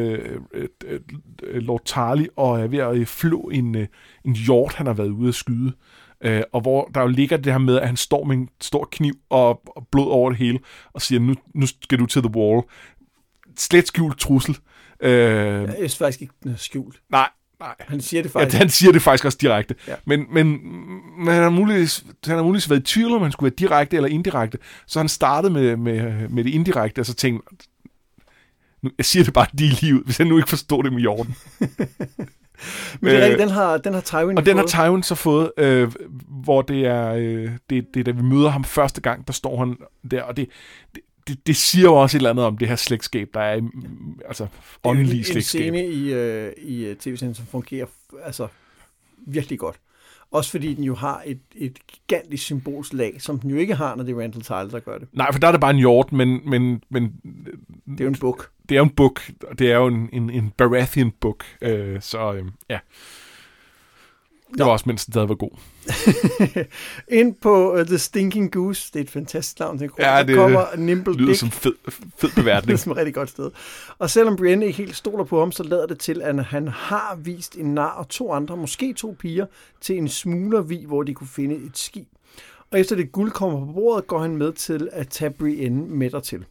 Lord Tarly og er ved at flå en hjort, han har været ude at skyde. Og hvor der jo ligger det her med, at han står med en stor kniv og blod over det hele, og siger, nu skal du til The Wall. Slet skjult trussel. Jeg synes faktisk ikke, den er skjult. Nej. Han siger det faktisk. Ja, han siger det faktisk også direkte. Ja. Men han har muligvis været i tvivl, om han skulle være direkte eller indirekte. Så han startede med det indirekte, og så tænkte jeg siger det bare lige livet, hvis jeg nu ikke forstår det med jorden. Men det er rigtigt, den har Tywin og den har Tywin så fået, hvor det er, da vi møder ham første gang, der står han der, og det siger jo også et eller andet om det her slægtskab, der er altså åndelige slægtskab. Det er en scene i tv-serien, som fungerer altså virkelig godt. Også fordi den jo har et gigantisk symbolslag, som den jo ikke har, når det er Randall Tarly, der gør det. Nej, for der er det bare en hjort, men det er jo en buk. Det er jo en buk. Det er jo en Baratheon-buk. Ja. Det var også, mens den stadig var god. Ind på The Stinking Goose. Det er et fantastisk navn. Der kommer Nimble Dick. Lyder som fed beværtning. Det er som et rigtig godt sted. Og selvom Brienne ikke helt stoler på ham, så lader det til, at han har vist en nar og 2 andre, måske 2 piger, til en smuglervig, hvor de kunne finde et skib. Og efter det guld kommer på bordet, går han med til at tage Brienne med dertil.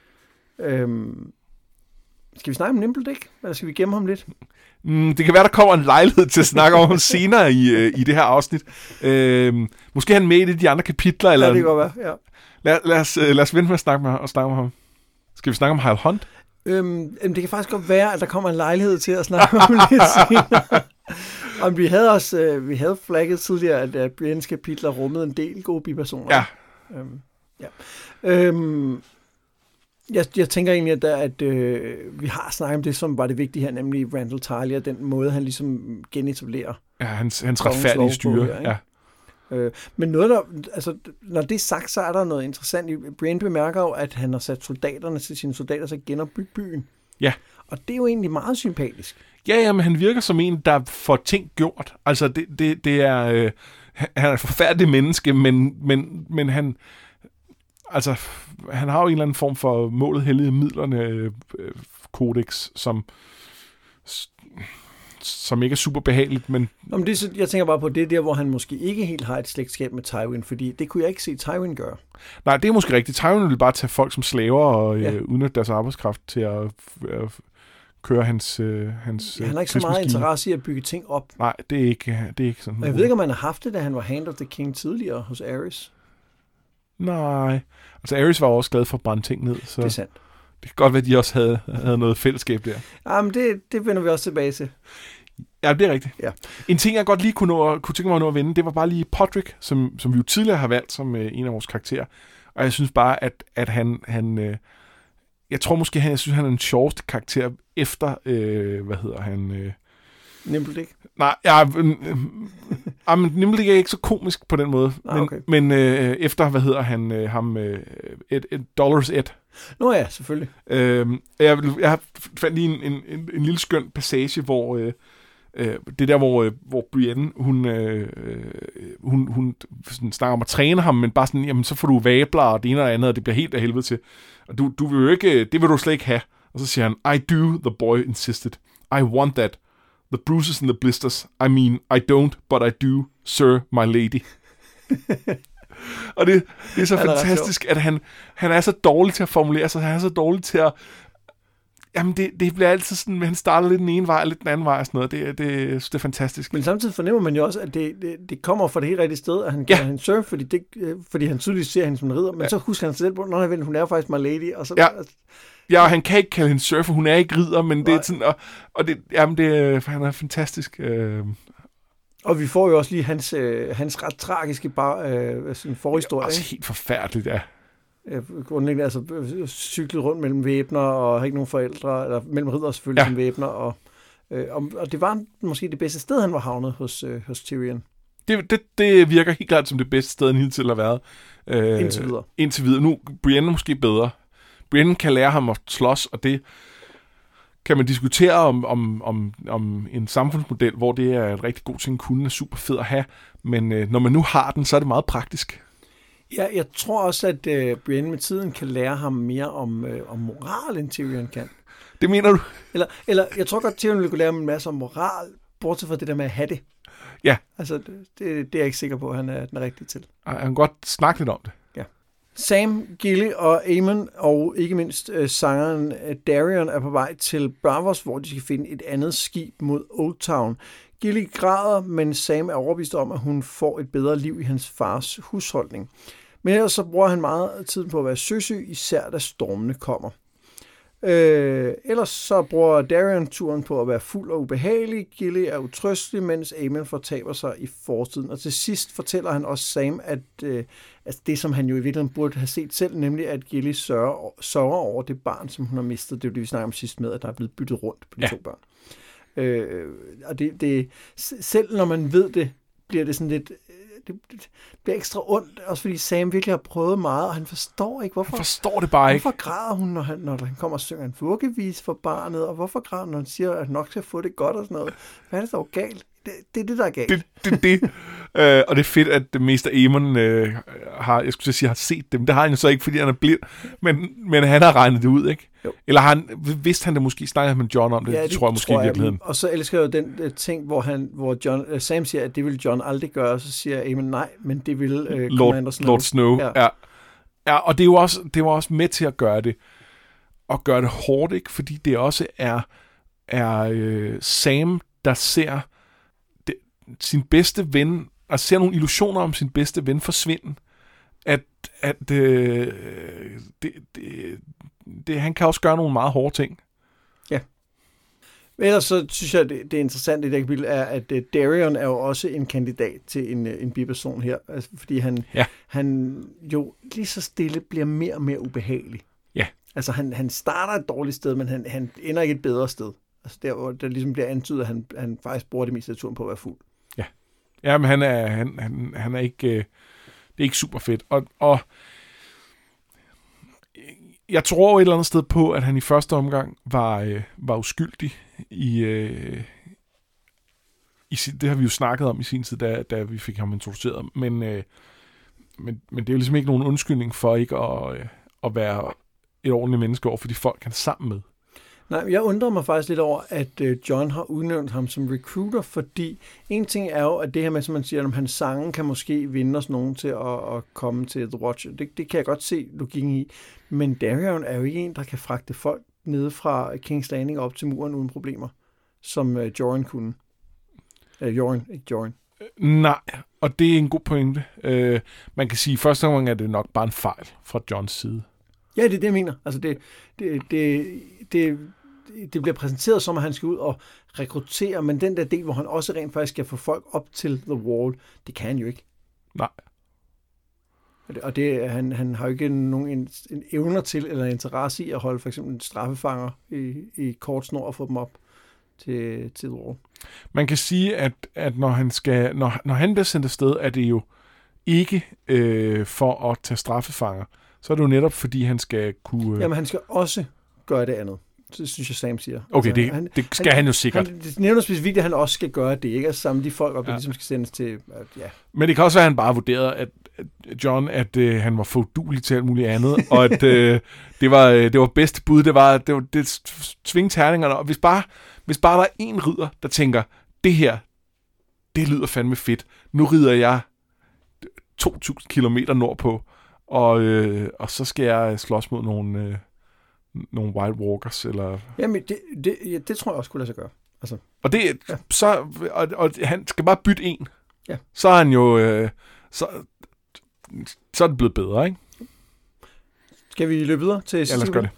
Skal vi snakke om Nimble Dick? Eller skal vi gemme ham lidt? Det kan være, der kommer en lejlighed til at snakke om ham senere i det her afsnit. Måske han med i de andre kapitler. Eller... Ja, det kan godt være, ja. Lad os vente med at snakke med ham. Skal vi snakke om Hyle Hunt? Det kan faktisk godt være, at der kommer en lejlighed til at snakke om lidt senere. Og vi havde flagget tidligere, at Briennes kapitler rummede en del gode bipersoner. Ja. Jeg tænker egentlig, at vi har snakket om det, som var det vigtige her, nemlig Randall Tarly, og den måde, han ligesom genetablerer. Ja, hans retfærdige styre. Her, ja. Men noget der, altså, når det er sagt, så er der noget interessant. Brienne bemærker jo, at han har sat soldaterne til sine soldater til at genopbygge byen. Ja. Og det er jo egentlig meget sympatisk. Ja, men han virker som en, der får ting gjort. Altså, det er... han er et forfærdeligt menneske, men han... Altså, han har jo en eller anden form for målet hellige midlerne kodex, som ikke er super behageligt, men... Om det, jeg tænker bare på det der, hvor han måske ikke helt har et slægtskab med Tywin, fordi det kunne jeg ikke se Tywin gøre. Nej, det er måske rigtigt. Tywin vil bare tage folk som slaver og udnytte deres arbejdskraft til at køre hans han har ikke så meget interesse i at bygge ting op. Nej, det er ikke sådan. Og jeg ved ikke, om han har haft det, da han var Hand of the King tidligere hos Aerys. Nej. Altså, Aerys var også glad for at brænde ting ned. Så det er sandt. Det kan godt være, at de også havde noget fællesskab der. Jamen, det vender vi også tilbage til. Ja, det er rigtigt. Ja. En ting, jeg godt lige kunne tænke mig at nå at vende, det var bare lige Podrick, som vi jo tidligere har valgt som en af vores karakterer. Og jeg synes bare, at han jeg tror måske, han er den sjoveste karakter efter, hvad hedder han... Nimbledick? Nej, men Nimbledick er ikke så komisk på den måde. Okay. Men efter, hvad hedder han, ham, Dollars Ed. Nå ja, selvfølgelig. Jeg fandt lige en lille skøn passage, hvor det der, hvor Brienne, hun snakker om at træne ham, men bare sådan, jamen, så får du vabler og det ene og det andet, og det bliver helt af helvede til. Og du vil jo ikke, det vil du slet ikke have. Og så siger han, I do, the boy insisted. I want that. The bruises and the blisters. I mean, I don't, but I do, sir, my lady. Og det er så fantastisk, at han er så dårlig til at formulere sig, han er så dårlig til at... Jamen, det bliver altid sådan, at han starter lidt den ene vej, lidt den anden vej og sådan noget. Det er fantastisk. Men samtidig fornemmer man jo også, at det kommer fra det helt rigtige sted, at han kalder hende sir, fordi han tydeligt ser hende som en ridder, men så husker han sig selv på, når hun er faktisk my lady. Og så, ja, og han kan ikke kalde hende sir, for hun er ikke ridder, men det er sådan... Og han er fantastisk... Og vi får jo også lige hans ret tragiske forhistorie. Det er også helt forfærdeligt, ja. Grundlæggende, altså cyklet rundt mellem væbner og har ikke nogen forældre, eller mellem ridder selvfølgelig som væbner, og det var måske det bedste sted, han var havnet hos Tyrion. Det virker helt klart som det bedste sted, han hidtil har været. Indtil videre. Nu, Brienne måske bedre. Brienne kan lære ham at slås, og det kan man diskutere om en samfundsmodel, hvor det er et rigtig god ting, kunne er super fed at have, men når man nu har den, så er det meget praktisk. Ja, jeg tror også, at Brienne med tiden kan lære ham mere om moral, end Tyrion kan. Det mener du? Eller jeg tror godt, Tyrion ville kunne lære ham en masse om moral, bortset fra det der med at have det. Ja. Altså, det er jeg ikke sikker på, at han er den rigtige til. Han kan godt snakke lidt om det. Ja. Sam, Gilly og Aemon, og ikke mindst sangeren Darion, er på vej til Braavos, hvor de skal finde et andet skib mod Old Town. Gilly græder, men Sam er overbevist om, at hun får et bedre liv i hans fars husholdning. Men ellers så bruger han meget tid på at være søsyg, især da stormene kommer. Ellers så bruger Darion turen på at være fuld og ubehagelig. Gilly er utrøstelig, mens Aemon fortaber sig i fortiden. Og til sidst fortæller han også Sam, at det, som han jo i virkeligheden burde have set selv, nemlig at Gilly sørger over det barn, som hun har mistet. Det er jo det, vi snakker om sidst med, at der er blevet byttet rundt på de to børn. Og det selv når man ved det, bliver det sådan lidt... Det bliver ekstra ondt, også fordi Sam virkelig har prøvet meget, og han forstår ikke, hvorfor... Han forstår det bare ikke. Hvorfor græder hun, når han kommer og synger en vuggevis for barnet, og hvorfor græder når han siger, at nok skal få det godt og sådan noget? Hvad er det dog galt? Det er det, der er galt. Det. Og det er fedt, at det meste af Aemon har set dem. Det har han jo så ikke, fordi han er blind, men han har regnet det ud, ikke? Jo. Eller vidste han det måske, snakkede med Jon om det? Ja, det tror jeg måske i virkeligheden. Og så elsker jeg jo den ting, hvor Sam siger, at det vil Jon aldrig gøre, og så siger Aemon nej, men det vil Commander Snow. Lord Snow, ja, og det var også med til at gøre det, og gøre det hårdt, ikke? Fordi det også er Sam, der ser sin bedste ven, og ser nogle illusioner om sin bedste ven forsvinde. Han kan også gøre nogle meget hårde ting. Ja. Ellers så synes jeg, det er interessant i det kapitel, er, at Darion er jo også en kandidat til en biperson her, altså, fordi han jo lige så stille bliver mere og mere ubehagelig. Ja. Altså han starter et dårligt sted, men han ender ikke et bedre sted. Altså der, hvor der ligesom bliver antydet, at han faktisk bruger det meste af turen på at være fuld. Ja. Ja, men han er ikke... det er ikke super fedt. Og jeg tror et eller andet sted på, at han i første omgang var uskyldig det har vi jo snakket om i sin tid, da vi fik ham introduceret. Men det er jo ligesom ikke nogen undskyldning for ikke at være et ordentligt menneske over for de folk, han er sammen med. Nej, jeg undrer mig faktisk lidt over, at Jon har udnævnt ham som recruiter, fordi en ting er jo, at det her med, som man siger, om hans sange kan måske vinde os nogen til at komme til The Watcher. Det kan jeg godt se logikken i. Men Darion er jo ikke en, der kan fragte folk nede fra King's Landing op til muren uden problemer, som Joran kunne. Joran, ikke Joran. Nej, og det er en god pointe. Man kan sige, at første gang er det nok bare en fejl fra Jons side. Ja, det er det, jeg mener. Altså, det bliver præsenteret som, at han skal ud og rekruttere, men den der del, hvor han også rent faktisk skal få folk op til The Wall, det kan han jo ikke. Nej. Og han har jo ikke nogen evner til eller interesse i at holde for eksempel straffefanger i kort snor og få dem op til The Wall. Man kan sige, at når han bliver sendt afsted, er det jo ikke for at tage straffefanger. Så er det jo netop, fordi han skal kunne... Jamen, han skal også gøre det andet. Det synes jeg, Sam siger. Okay, altså, det skal han jo sikkert. Det nævner specifikt, at han også skal gøre det, ikke? Altså samle de folk op, der ligesom skal sendes til... Ja. Men det kan også være, at han bare vurderede, at Jon, at han var for uduelig til alt muligt andet, og at det var bedste bud, det tvinge terningerne, og hvis bare der er en ridder, der tænker, det her, det lyder fandme fedt, nu rider jeg 2.000 kilometer nordpå, og så skal jeg slås mod nogle White Walkers, eller... Jamen, det tror jeg også kunne lade sig gøre. Altså. Og det, ja. Og han skal bare bytte en. Ja. Så er han jo... Så er det blevet bedre, ikke? Skal vi løbe videre til sidste? Ja, lad os gøre det.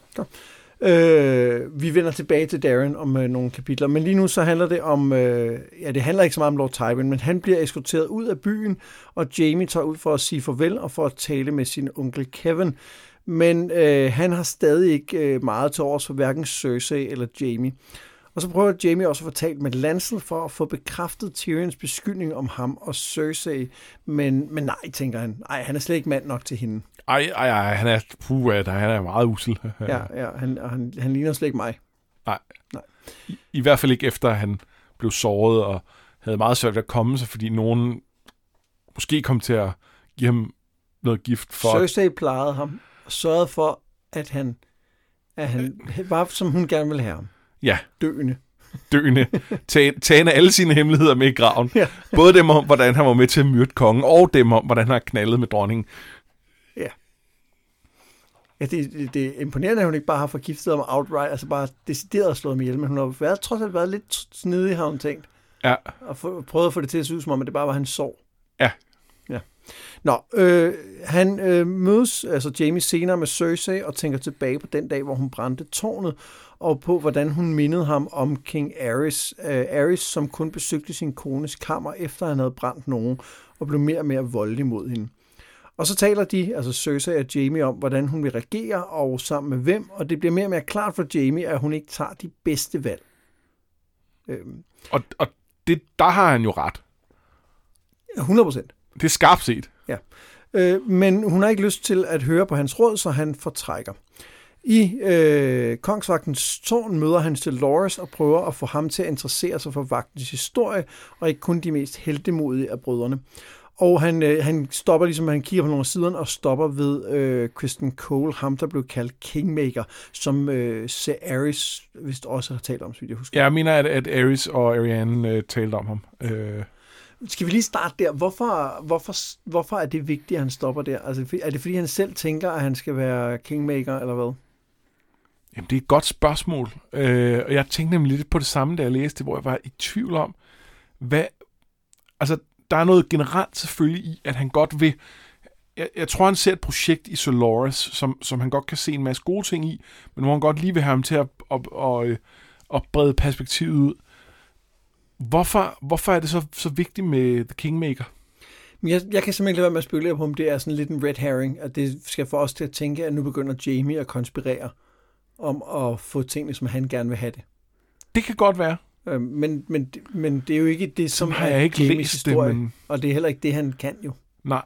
Vi vender tilbage til Darren om nogle kapitler, men lige nu så handler det om, det handler ikke så meget om Lord Tywin, men han bliver eskorteret ud af byen, og Jaime tager ud for at sige farvel og for at tale med sin onkel Kevin. Men han har stadig ikke meget til overs for hverken Cersei eller Jaime. Og så prøver Jaime også at få talt med Lancel for at få bekræftet Tyrions beskyldning om ham og Cersei. Men nej, tænker han. Ej, han er slet ikke mand nok til hende. Ej, han er meget usel. Ja, han ligner slet ikke mig. Nej. I hvert fald ikke efter han blev såret og havde meget svært ved at komme sig, fordi nogen måske kom til at give ham noget gift for... Cersei plejede ham og sørgede for, at han var, som hun gerne ville have ham. Ja. Døende. Tagende alle sine hemmeligheder med i graven. Ja. Både dem om, hvordan han var med til at myrde kongen, og dem om, hvordan han har knaldet med dronningen. Ja. Ja, det er imponerende, at hun ikke bare har forgiftet ham outright, altså bare decideret slået ham ihjel, men hun har trods alt været lidt snedig, har hun tænkt. Ja. Og prøvet at få det til at se ud som om, at det bare var hans sorg. Ja. Nå, han mødes, altså Jaime, senere med Cersei og tænker tilbage på den dag, hvor hun brændte tårnet, og på, hvordan hun mindede ham om King Aerys. Aerys, som kun besøgte sin kones kammer, efter han havde brændt nogen, og blev mere og mere voldelig mod hende. Og så taler de, altså Cersei og Jaime, om, hvordan hun vil regere, og sammen med hvem, og det bliver mere og mere klart for Jaime, at hun ikke tager de bedste valg. Og der har han jo ret. 100%. Det er skarpt set. Ja. Men hun har ikke lyst til at høre på hans råd, så han fortrækker. I Kongsvagtens tårn møder han til Loras og prøver at få ham til at interessere sig for vagtens historie, og ikke kun de mest heltemodige af brødrene. Og han stopper, ligesom han kigger på nogle af siderne, og stopper ved Kristen Cole, ham der blev kaldt Kingmaker, som Ser Aerys vist også har talt om, så vidt jeg husker. Ja, jeg mener, at Aerys og Arianne talte om ham. Skal vi lige starte der? Hvorfor er det vigtigt, at han stopper der? Altså, er det fordi, han selv tænker, at han skal være Kingmaker, eller hvad? Jamen, det er et godt spørgsmål. Og jeg tænkte nemlig lidt på det samme, da jeg læste det, hvor jeg var i tvivl om, hvad... Altså, der er noget generelt selvfølgelig i, at han godt vil... Jeg tror, han ser et projekt i Sir Loras, som han godt kan se en masse gode ting i, men hvor han godt lige vil have ham til at brede perspektivet ud. Hvorfor er det så vigtigt med The Kingmaker? Jeg kan simpelthen ikke lade være med at spekulere på, om det er sådan lidt en red herring, at det skal få os til at tænke, at nu begynder Jaime at konspirere om at få tingene, som han gerne vil have det. Det kan godt være. Men det er jo ikke det, som er Jaimes historie, men... og det er heller ikke det, han kan jo. Nej.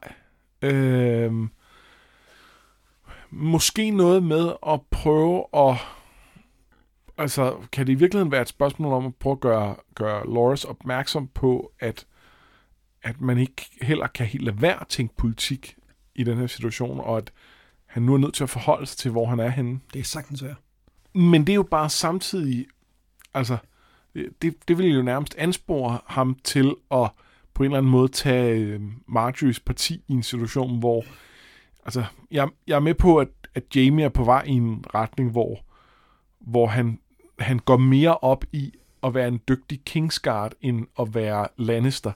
Måske noget med at prøve altså, kan det i virkeligheden være et spørgsmål om at prøve at gøre Loras opmærksom på, at man ikke heller kan helt lade være at tænke politik i den her situation, og at han nu er nødt til at forholde sig til, hvor han er henne. Det er sagtens værd. Men det er jo bare samtidig, altså, det vil jo nærmest anspore ham til at på en eller anden måde tage Marjorie's parti i en situation, hvor, altså, jeg er med på, at Jaime er på vej i en retning, hvor han går mere op i at være en dygtig Kingsguard, end at være Lannister.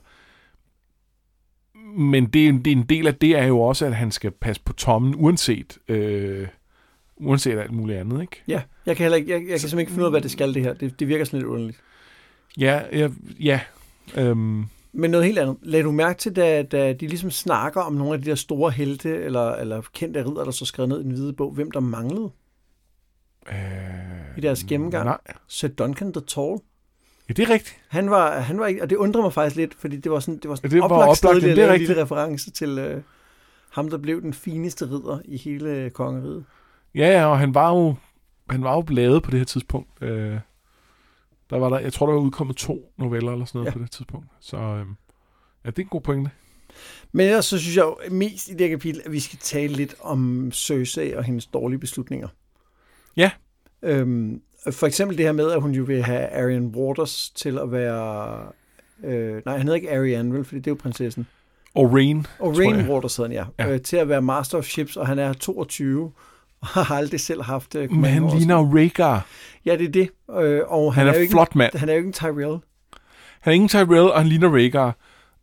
Men det er en del af det er jo også, at han skal passe på Tommen, uanset alt muligt andet, ikke? Ja, jeg kan simpelthen ikke finde ud af, hvad det skal, det her. Det virker sådan lidt underligt. Ja. Men noget helt andet. Lad du mærke til, da de ligesom snakker om nogle af de der store helte, eller kendte ridder, der så skrevet ned i den hvide bog, hvem der manglede i deres gennemgang? Nej. Sir Duncan the Tall. Ja, det er rigtigt. Han var ikke, og det undrer mig faktisk lidt, fordi det var sådan oplagt sted, det er en lille reference til ham, der blev den fineste ridder i hele kongeriget. Ja, og han var jo lavet på det her tidspunkt. Jeg tror, der var udkommet 2 noveller eller sådan noget på det tidspunkt. Så det er en god pointe. Men ellers så synes jeg jo mest i det her kapitel, at vi skal tale lidt om Cersei og hendes dårlige beslutninger. Ja. For eksempel det her med, at hun jo vil have Arianne Waters til at være... nej, han hedder ikke Arianne, vel? Fordi det er jo prinsessen. Owain Waters hedder han, ja. Til at være Master of Ships, og han er 22 og har aldrig selv haft... Men han ligner Rhaegar. Ja, det er det. Og han er flot mand. Han er jo ikke en Tyrell. Han er ikke en Tyrell, og han ligner Rhaegar.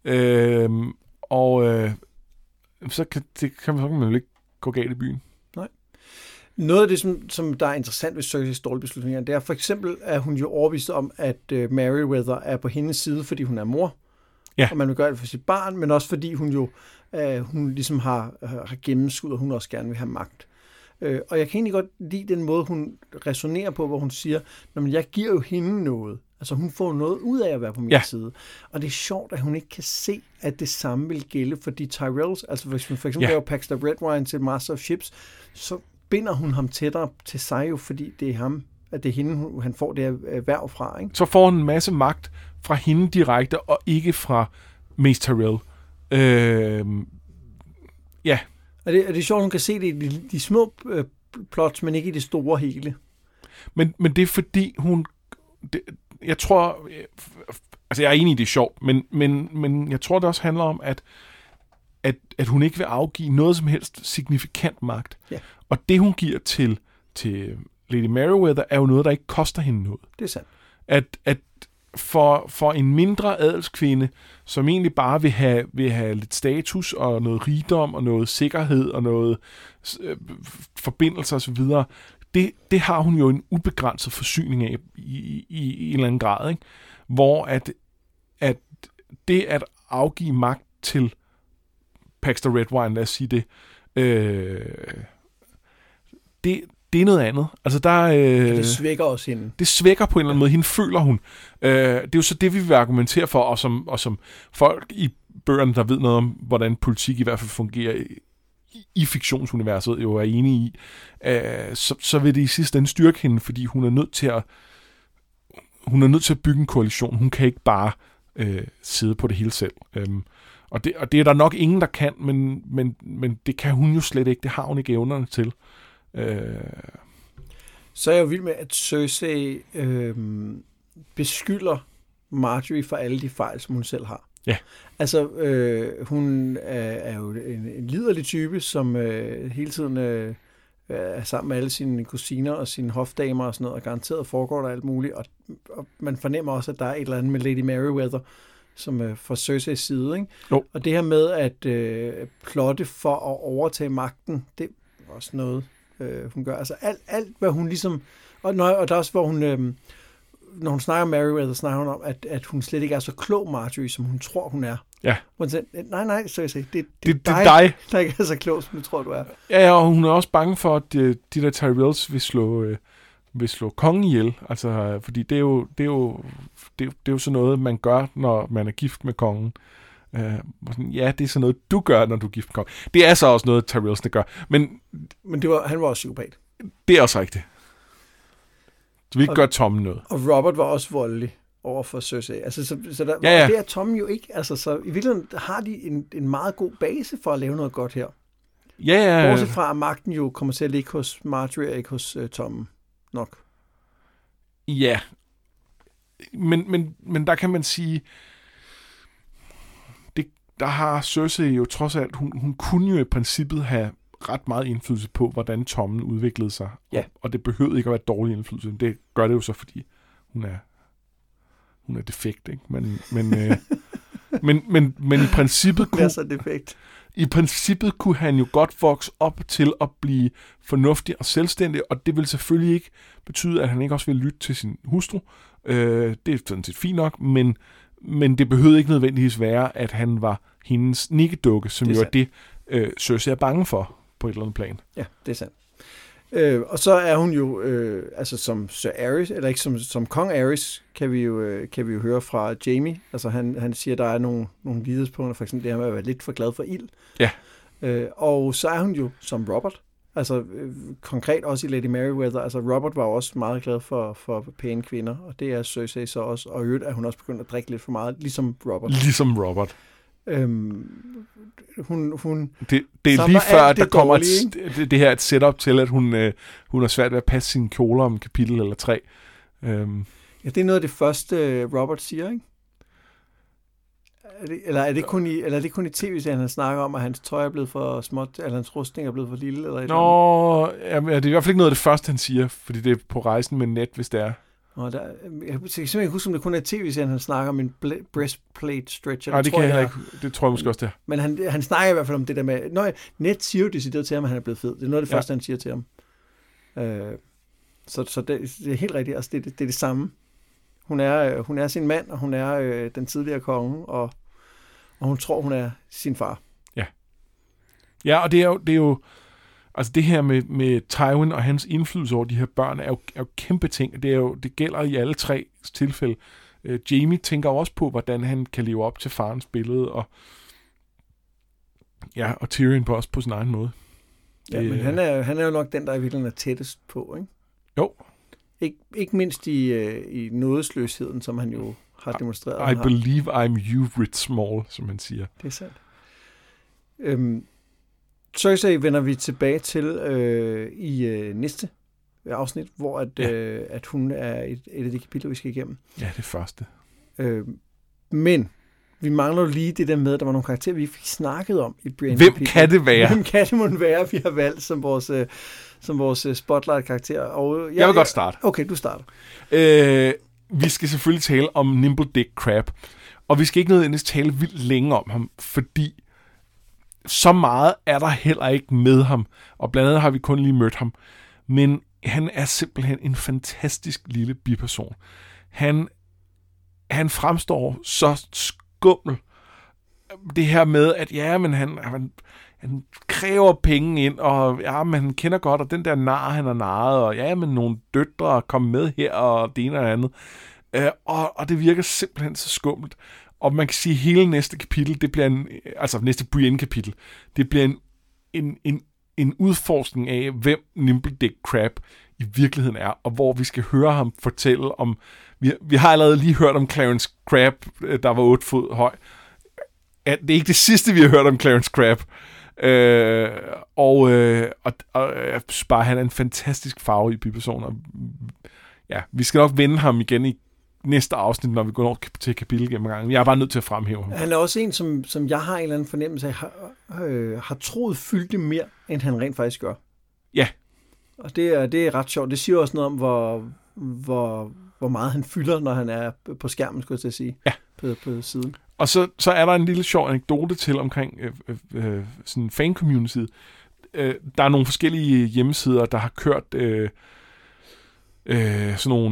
Så kan man jo ikke gå galt i byen. Nej. Noget af det, som der er interessant ved Cerseis dårlige beslutninger, det er for eksempel, at hun jo overbevist om, at Merryweather er på hendes side, fordi hun er mor. Ja. Og man vil gøre det for sit barn, men også fordi hun jo hun ligesom har gennemskud, og hun også gerne vil have magt. Og jeg kan egentlig godt lide den måde, hun resonerer på, hvor hun siger, men jeg giver jo hende noget. Altså hun får noget ud af at være på min side. Og det er sjovt, at hun ikke kan se, at det samme vil gælde for de Tyrells. Altså hvis hun for eksempel laver Paxter Redwyne til Master of Ships, så binder hun ham tættere til sig jo, fordi det er ham, at det er hende, han får det her hverv fra. Ikke? Så får hun en masse magt fra hende direkte, og ikke fra Mace Tyrell. Ja. Og det er sjovt, hun kan se det i de små plots, men ikke i det store hele. Men det er fordi, jeg tror... Altså, jeg er enig i, det er sjovt, men jeg tror, det også handler om, at hun ikke vil afgive noget som helst signifikant magt. Ja. Og det, hun giver til Lady Merryweather, er jo noget, der ikke koster hende noget. Det er sandt. At for en mindre adelskvinde, som egentlig bare vil have lidt status og noget rigdom og noget sikkerhed og noget forbindelser osv., det har hun jo en ubegrænset forsyning af i en eller anden grad, ikke? Hvor at det at afgive magt til Paxter Redwyne, lad os sige det, det er noget andet. Altså det svækker også hende. Det svækker på en eller anden måde. Hende føler hun. Det er jo så det, vi vil argumentere for, og som folk i bøgerne, der ved noget om, hvordan politik i hvert fald fungerer i fiktionsuniverset, jo er enige i, så vil det i sidste ende styrke hende, fordi hun er nødt til at bygge en koalition. Hun kan ikke bare sidde på det hele selv. Og det er der nok ingen, der kan, men det kan hun jo slet ikke. Det har hun ikke evnerne til. Så er jeg jo vild med, at Cersei beskylder Marjorie for alle de fejl, som hun selv har. Ja. Altså, hun er jo en liderlig type, som hele tiden er sammen med alle sine kusiner og sine hofdamer og sådan noget, og garanteret foregår der alt muligt, og man fornemmer også, at der er et eller andet med Lady Merryweather, som fra Cerseis side, ikke? Jo. Og det her med at plotte for at overtage magten, det er også noget, hun gør. Altså alt hvad hun ligesom... Og der er også, hvor hun... når hun snakker om Merryweather, snakker hun om, at hun slet ikke er så klog, Marjorie, som hun tror, hun er. Ja. Hun siger, nej, så jeg siger, det er dig, der ikke er så klog, som du tror, du er. Ja, og hun er også bange for, at de der Tyrells vil slå kongen ihjel. Altså, fordi det er jo sådan noget, man gør, når man er gift med kongen. Ja, det er sådan noget, du gør, når du er gift med kongen. Det er så også noget, Tyrells gør. Men han var også psykopat. Det er også rigtigt. Så vi ikke gør Tommen noget. Og Robert var også voldelig over for Cersei. Altså, så der, ja. det er Tommen jo ikke. Altså, så i virkeligheden har de en meget god base for at lave noget godt her. Ja. Bortset fra, at magten jo kommer til at ligge hos Marjorie, og ikke hos Tommen nok. Ja. Men der kan man sige, der har Cersei jo trods alt, hun kunne jo i princippet have ret meget indflydelse på, hvordan Tommen udviklede sig. Ja. Og det behøvede ikke at være dårlig indflydelse. Det gør det jo så, fordi hun er defekt, ikke? Men i princippet Hun er så defekt. I princippet kunne han jo godt vokse op til at blive fornuftig og selvstændig, og det vil selvfølgelig ikke betyde, at han ikke også vil lytte til sin hustru. Det er sådan set fint nok, men det behøvede ikke nødvendigvis være, at han var hendes nikkedukke, som jo er det, Cersei er bange for på et eller andet plan. Ja, det er sandt. Og så er hun jo, altså som Sir Aerys, eller ikke som Kong Aerys, kan vi jo høre fra Jaime. Altså han siger, at der er nogle lighedspunkter, for eksempel det her med at være lidt for glad for ild. Ja. Og så er hun jo som Robert. Altså konkret også i Lady Merryweather. Altså Robert var også meget glad for pæne kvinder, og det er Cersei så også. Og i øvrigt er hun også begyndt at drikke lidt for meget, ligesom Robert. Ligesom Robert. Hun det er lige før, at der kommer det her et setup til, at hun har svært ved at passe sine kjoler om kapitel eller 3. Ja, det er noget af det første, Robert siger, ikke? Er det kun i tv-serien, han snakker om, at hans tøj er blevet for småt, eller hans rustning er blevet for lille? Eller det er i hvert fald ikke noget af det første, han siger, fordi det er på rejsen med net, hvis det er. Jeg kan simpelthen ikke huske, om det kun er tv-serien, han snakker om en breastplate stretcher. Nej, det kan jeg ikke. Det tror jeg måske også, det er. Men han snakker i hvert fald om det der med... Net siger jo decideret til ham, at han er blevet fed. Det er noget af det første, han siger til ham. Så det er helt rigtigt. Altså, det er det samme. Hun er sin mand, og hun er den tidligere konge, og hun tror, hun er sin far. Ja. Ja, og det er jo altså det her med Tywin og hans indflydelse over de her børn er jo kæmpe ting. Det gælder i alle 3 tilfælde. Jaime tænker også på, hvordan han kan leve op til farens billede, og Tyrion på også på sin egen måde. Ja, men han er jo nok den, der i virkeligheden er tættest på, ikke? Jo. Ikke mindst i nådesløsheden, som han jo har demonstreret. I believe I'm you, Writ Small, som han siger. Det er sandt. Cersei vender vi tilbage til i næste afsnit, hvor at hun er et af de kapitler, vi skal igennem. Ja, det første. Men vi mangler jo lige det der med, at der var nogle karakterer, vi fik snakket om i Brienne. Hvem kan det være? Hvem kan det måtte være, vi har valgt som vores spotlight-karakter? Og jeg vil godt starte. Okay, du starter. Vi skal selvfølgelig tale om Nimble Dick Crab, og vi skal ikke nødvendigvis tale vildt længe om ham, fordi så meget er der heller ikke med ham, og blandt andet har vi kun lige mødt ham. Men han er simpelthen en fantastisk lille biperson. Han fremstår så skummel. Det her med, at men han kræver penge ind, og men han kender godt, og den der nar, han har narret, og men nogle døtre kommer med her, og det ene og andet. Og det virker simpelthen så skummelt. Og man kan sige, at hele næste kapitel, det bliver næste Brienne-kapitel, det bliver en udforskning af, hvem Nimble Dick Crab i virkeligheden er, og hvor vi skal høre ham fortælle om... Vi har allerede lige hørt om Clarence Crab, der var 8 fod høj. Det er ikke det sidste, vi har hørt om Clarence Crab. Og jeg synes bare, han er en fantastisk farve i biperson. Og vi skal nok vende ham igen i næste afsnit, når vi går over til kapitel gennem gangen. Jeg er bare nødt til at fremhæve ham. Han er også en, som jeg har en eller anden fornemmelse af, har troet fyldte mere, end han rent faktisk gør. Ja. Og det er ret sjovt. Det siger også noget om, hvor meget han fylder, når han er på skærmen, skulle jeg til at sige. Ja. På siden. Og så er der en lille sjov anekdote til omkring sådan fan-community. Der er nogle forskellige hjemmesider, der har kørt sådan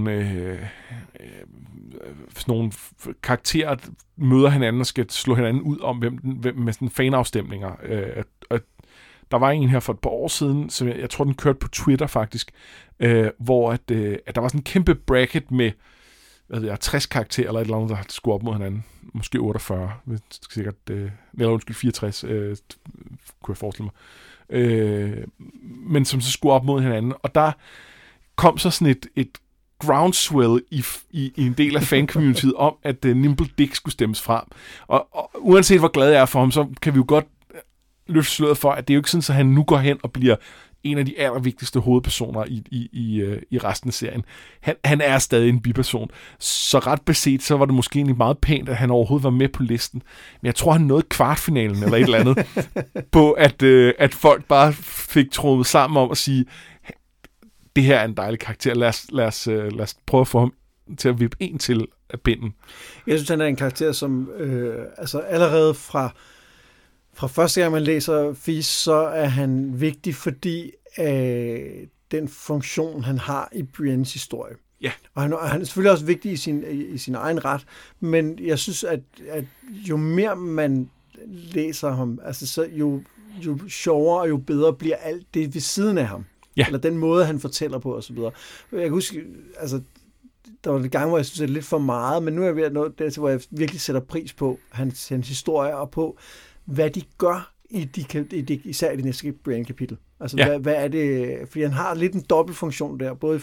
nogle karakterer møder hinanden og skal slå hinanden ud om, hvem med sådan fanafstemninger. Der var en her for et par år siden, som jeg tror, den kørte på Twitter faktisk, hvor at der var sådan en kæmpe bracket med 60 karakterer eller et eller andet, der skulle op mod hinanden. Måske 48, sikkert, eller 64, kunne jeg forestille mig. Men som så skulle op mod hinanden. Og der kom så sådan groundswell i en del af fan-communityet om, at Nimble Dick skulle stemmes frem. Og uanset hvor glad jeg er for ham, så kan vi jo godt løfte sløret for, at det er jo ikke sådan, at han nu går hen og bliver en af de allervigtigste hovedpersoner i resten af serien. Han er stadig en biperson. Så ret beset, så var det måske egentlig meget pænt, at han overhovedet var med på listen. Men jeg tror, han nåede kvartfinalen eller et eller andet, på at folk bare fik trådet sammen om at sige, det her er en dejlig karakter. Lad os prøve at få ham til at vippe en til af pinden. Jeg synes, han er en karakter, som allerede fra første gang, man læser Feast, så er han vigtig, fordi den funktion, han har i Briennes historie. Ja. Og han er selvfølgelig også vigtig i sin egen ret, men jeg synes, at jo mere man læser ham, altså så jo sjovere og jo bedre bliver alt det ved siden af ham. Ja. Eller den måde, han fortæller på, og så videre. Jeg kan huske, altså, der var en gang, hvor jeg synes, det er lidt for meget, men nu er jeg ved at nå dertil, hvor jeg virkelig sætter pris på hans historie, og på, hvad de gør især i det næste Brienne-kapitel. Altså, hvad er det? Fordi han har lidt en dobbeltfunktion der, både i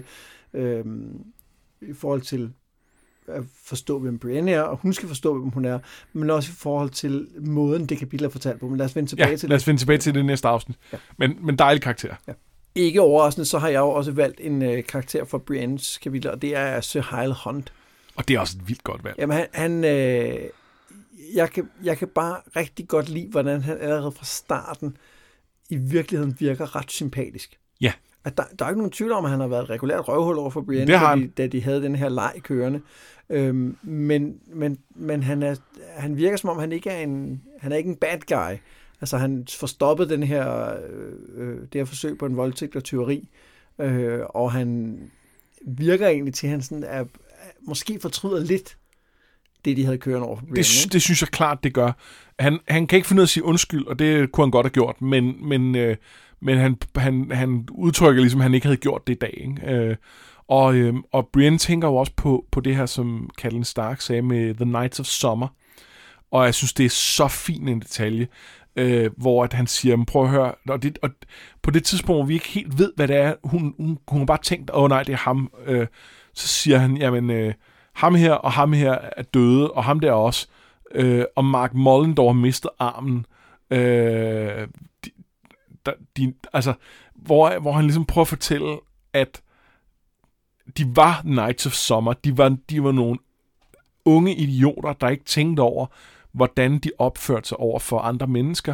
forhold til at forstå, hvem Brienne er, og hun skal forstå, hvem hun er, men også i forhold til måden, det kapitel er fortalt på. Men lad os vende tilbage til det. Lad os vende tilbage til det næste afsnit. Ja. Men dejlig karakter. Ja. Ikke overraskende, så har jeg jo også valgt en karakter for Briennes kapitel, og det er Sir Hyle Hunt. Og det er også et vildt godt valg. Jamen, jeg kan bare rigtig godt lide, hvordan han allerede fra starten i virkeligheden virker ret sympatisk. Ja. At der er ikke nogen tvivl om, at han har været et regulært røvhul over for Brienne, da de havde den her leg kørende. Men han virker som om, han ikke er en bad guy. Altså han får stoppet det her forsøg på en voldtægt og tyveri, og han virker egentlig til, at han sådan måske fortryder lidt det, de havde kørende over for Brienne. Det synes jeg klart, det gør. Han kan ikke finde ud af at sige undskyld, og det kunne han godt have gjort, men han udtrykker ligesom, at han ikke havde gjort det i dag. Ikke? Og Brienne tænker jo også på det her, som Catelyn Stark sagde med The Knights of Summer, og jeg synes, det er så fin en detalje, hvor at han siger, prøv at høre, og på det tidspunkt, hvor vi ikke helt ved, hvad det er, hun har bare tænkt, nej, det er ham, så siger han, jamen, ham her er døde, og ham der også, og Mark Mollendor har mistet armen, altså, hvor han ligesom prøver at fortælle, at de var Knights of Summer, de var nogle unge idioter, der ikke tænkte over, hvordan de opførte sig over for andre mennesker,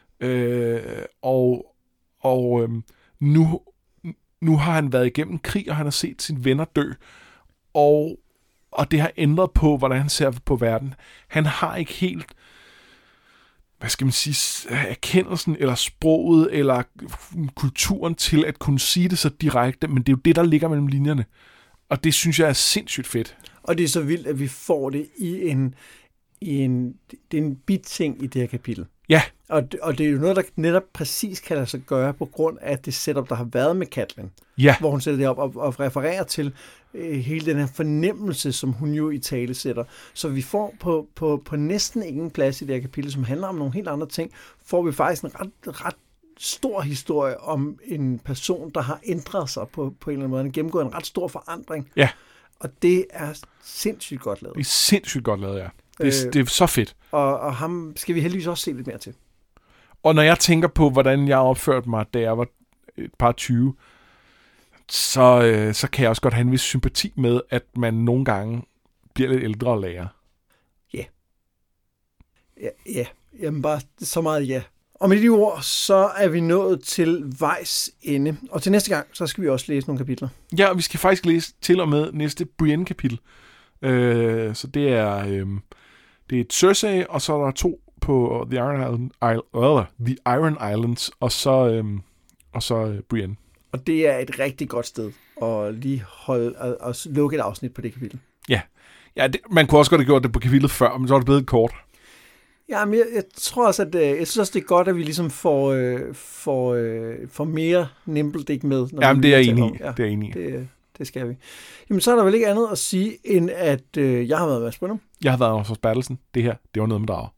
nu har han været igennem krig, og han har set sine venner dø, og det har ændret på, hvordan han ser på verden. Han har ikke helt, hvad skal man sige, erkendelsen, eller sproget, eller kulturen til at kunne sige det så direkte, men det er jo det, der ligger mellem linjerne. Og det synes jeg er sindssygt fedt. Og det er så vildt, at vi får det i en biting i det her kapitel. Ja. Og det er jo noget, der netop præcis kan lade sig gøre på grund af det setup, der har været med Catelyn. Ja. Hvor hun sætter det op og refererer til hele den her fornemmelse, som hun jo i tale sætter. Så vi får på næsten ingen plads i det her kapitel, som handler om nogle helt andre ting, får vi faktisk en ret stor historie om en person, der har ændret sig på en eller anden måde. Han har gennemgået en ret stor forandring. Ja. Og det er sindssygt godt lavet. Det er sindssygt godt lavet, ja. Det er så fedt. Og ham skal vi heldigvis også se lidt mere til. Og når jeg tænker på, hvordan jeg opførte mig, da jeg var et par 20, så kan jeg også godt have en vis sympati med, at man nogle gange bliver lidt ældre og lærer. Ja. Ja. Jamen bare så meget ja. Og med de ord, så er vi nået til vejs ende. Og til næste gang, så skal vi også læse nogle kapitler. Ja, og vi skal faktisk læse til og med næste Brienne-kapitel. Så det er et Cersei, og så er der 2 på The Iron Islands, og så Brienne. Og det er et rigtig godt sted at lige holde og lukke et afsnit på det kapitel. Ja, man kunne også godt have gjort det på kapitlet før, men så var det blevet kort. Ja, men jeg tror også, at jeg synes også, det er godt, at vi ligesom får mere Nimble Dick med. Jamen, det er jeg enig i. Ja, det er enig i. Det skal vi. Jamen, så er der vel ikke andet at sige, end at jeg har været med Spønner. Jeg har været med Bertelsen. Det her, det var noget med drager.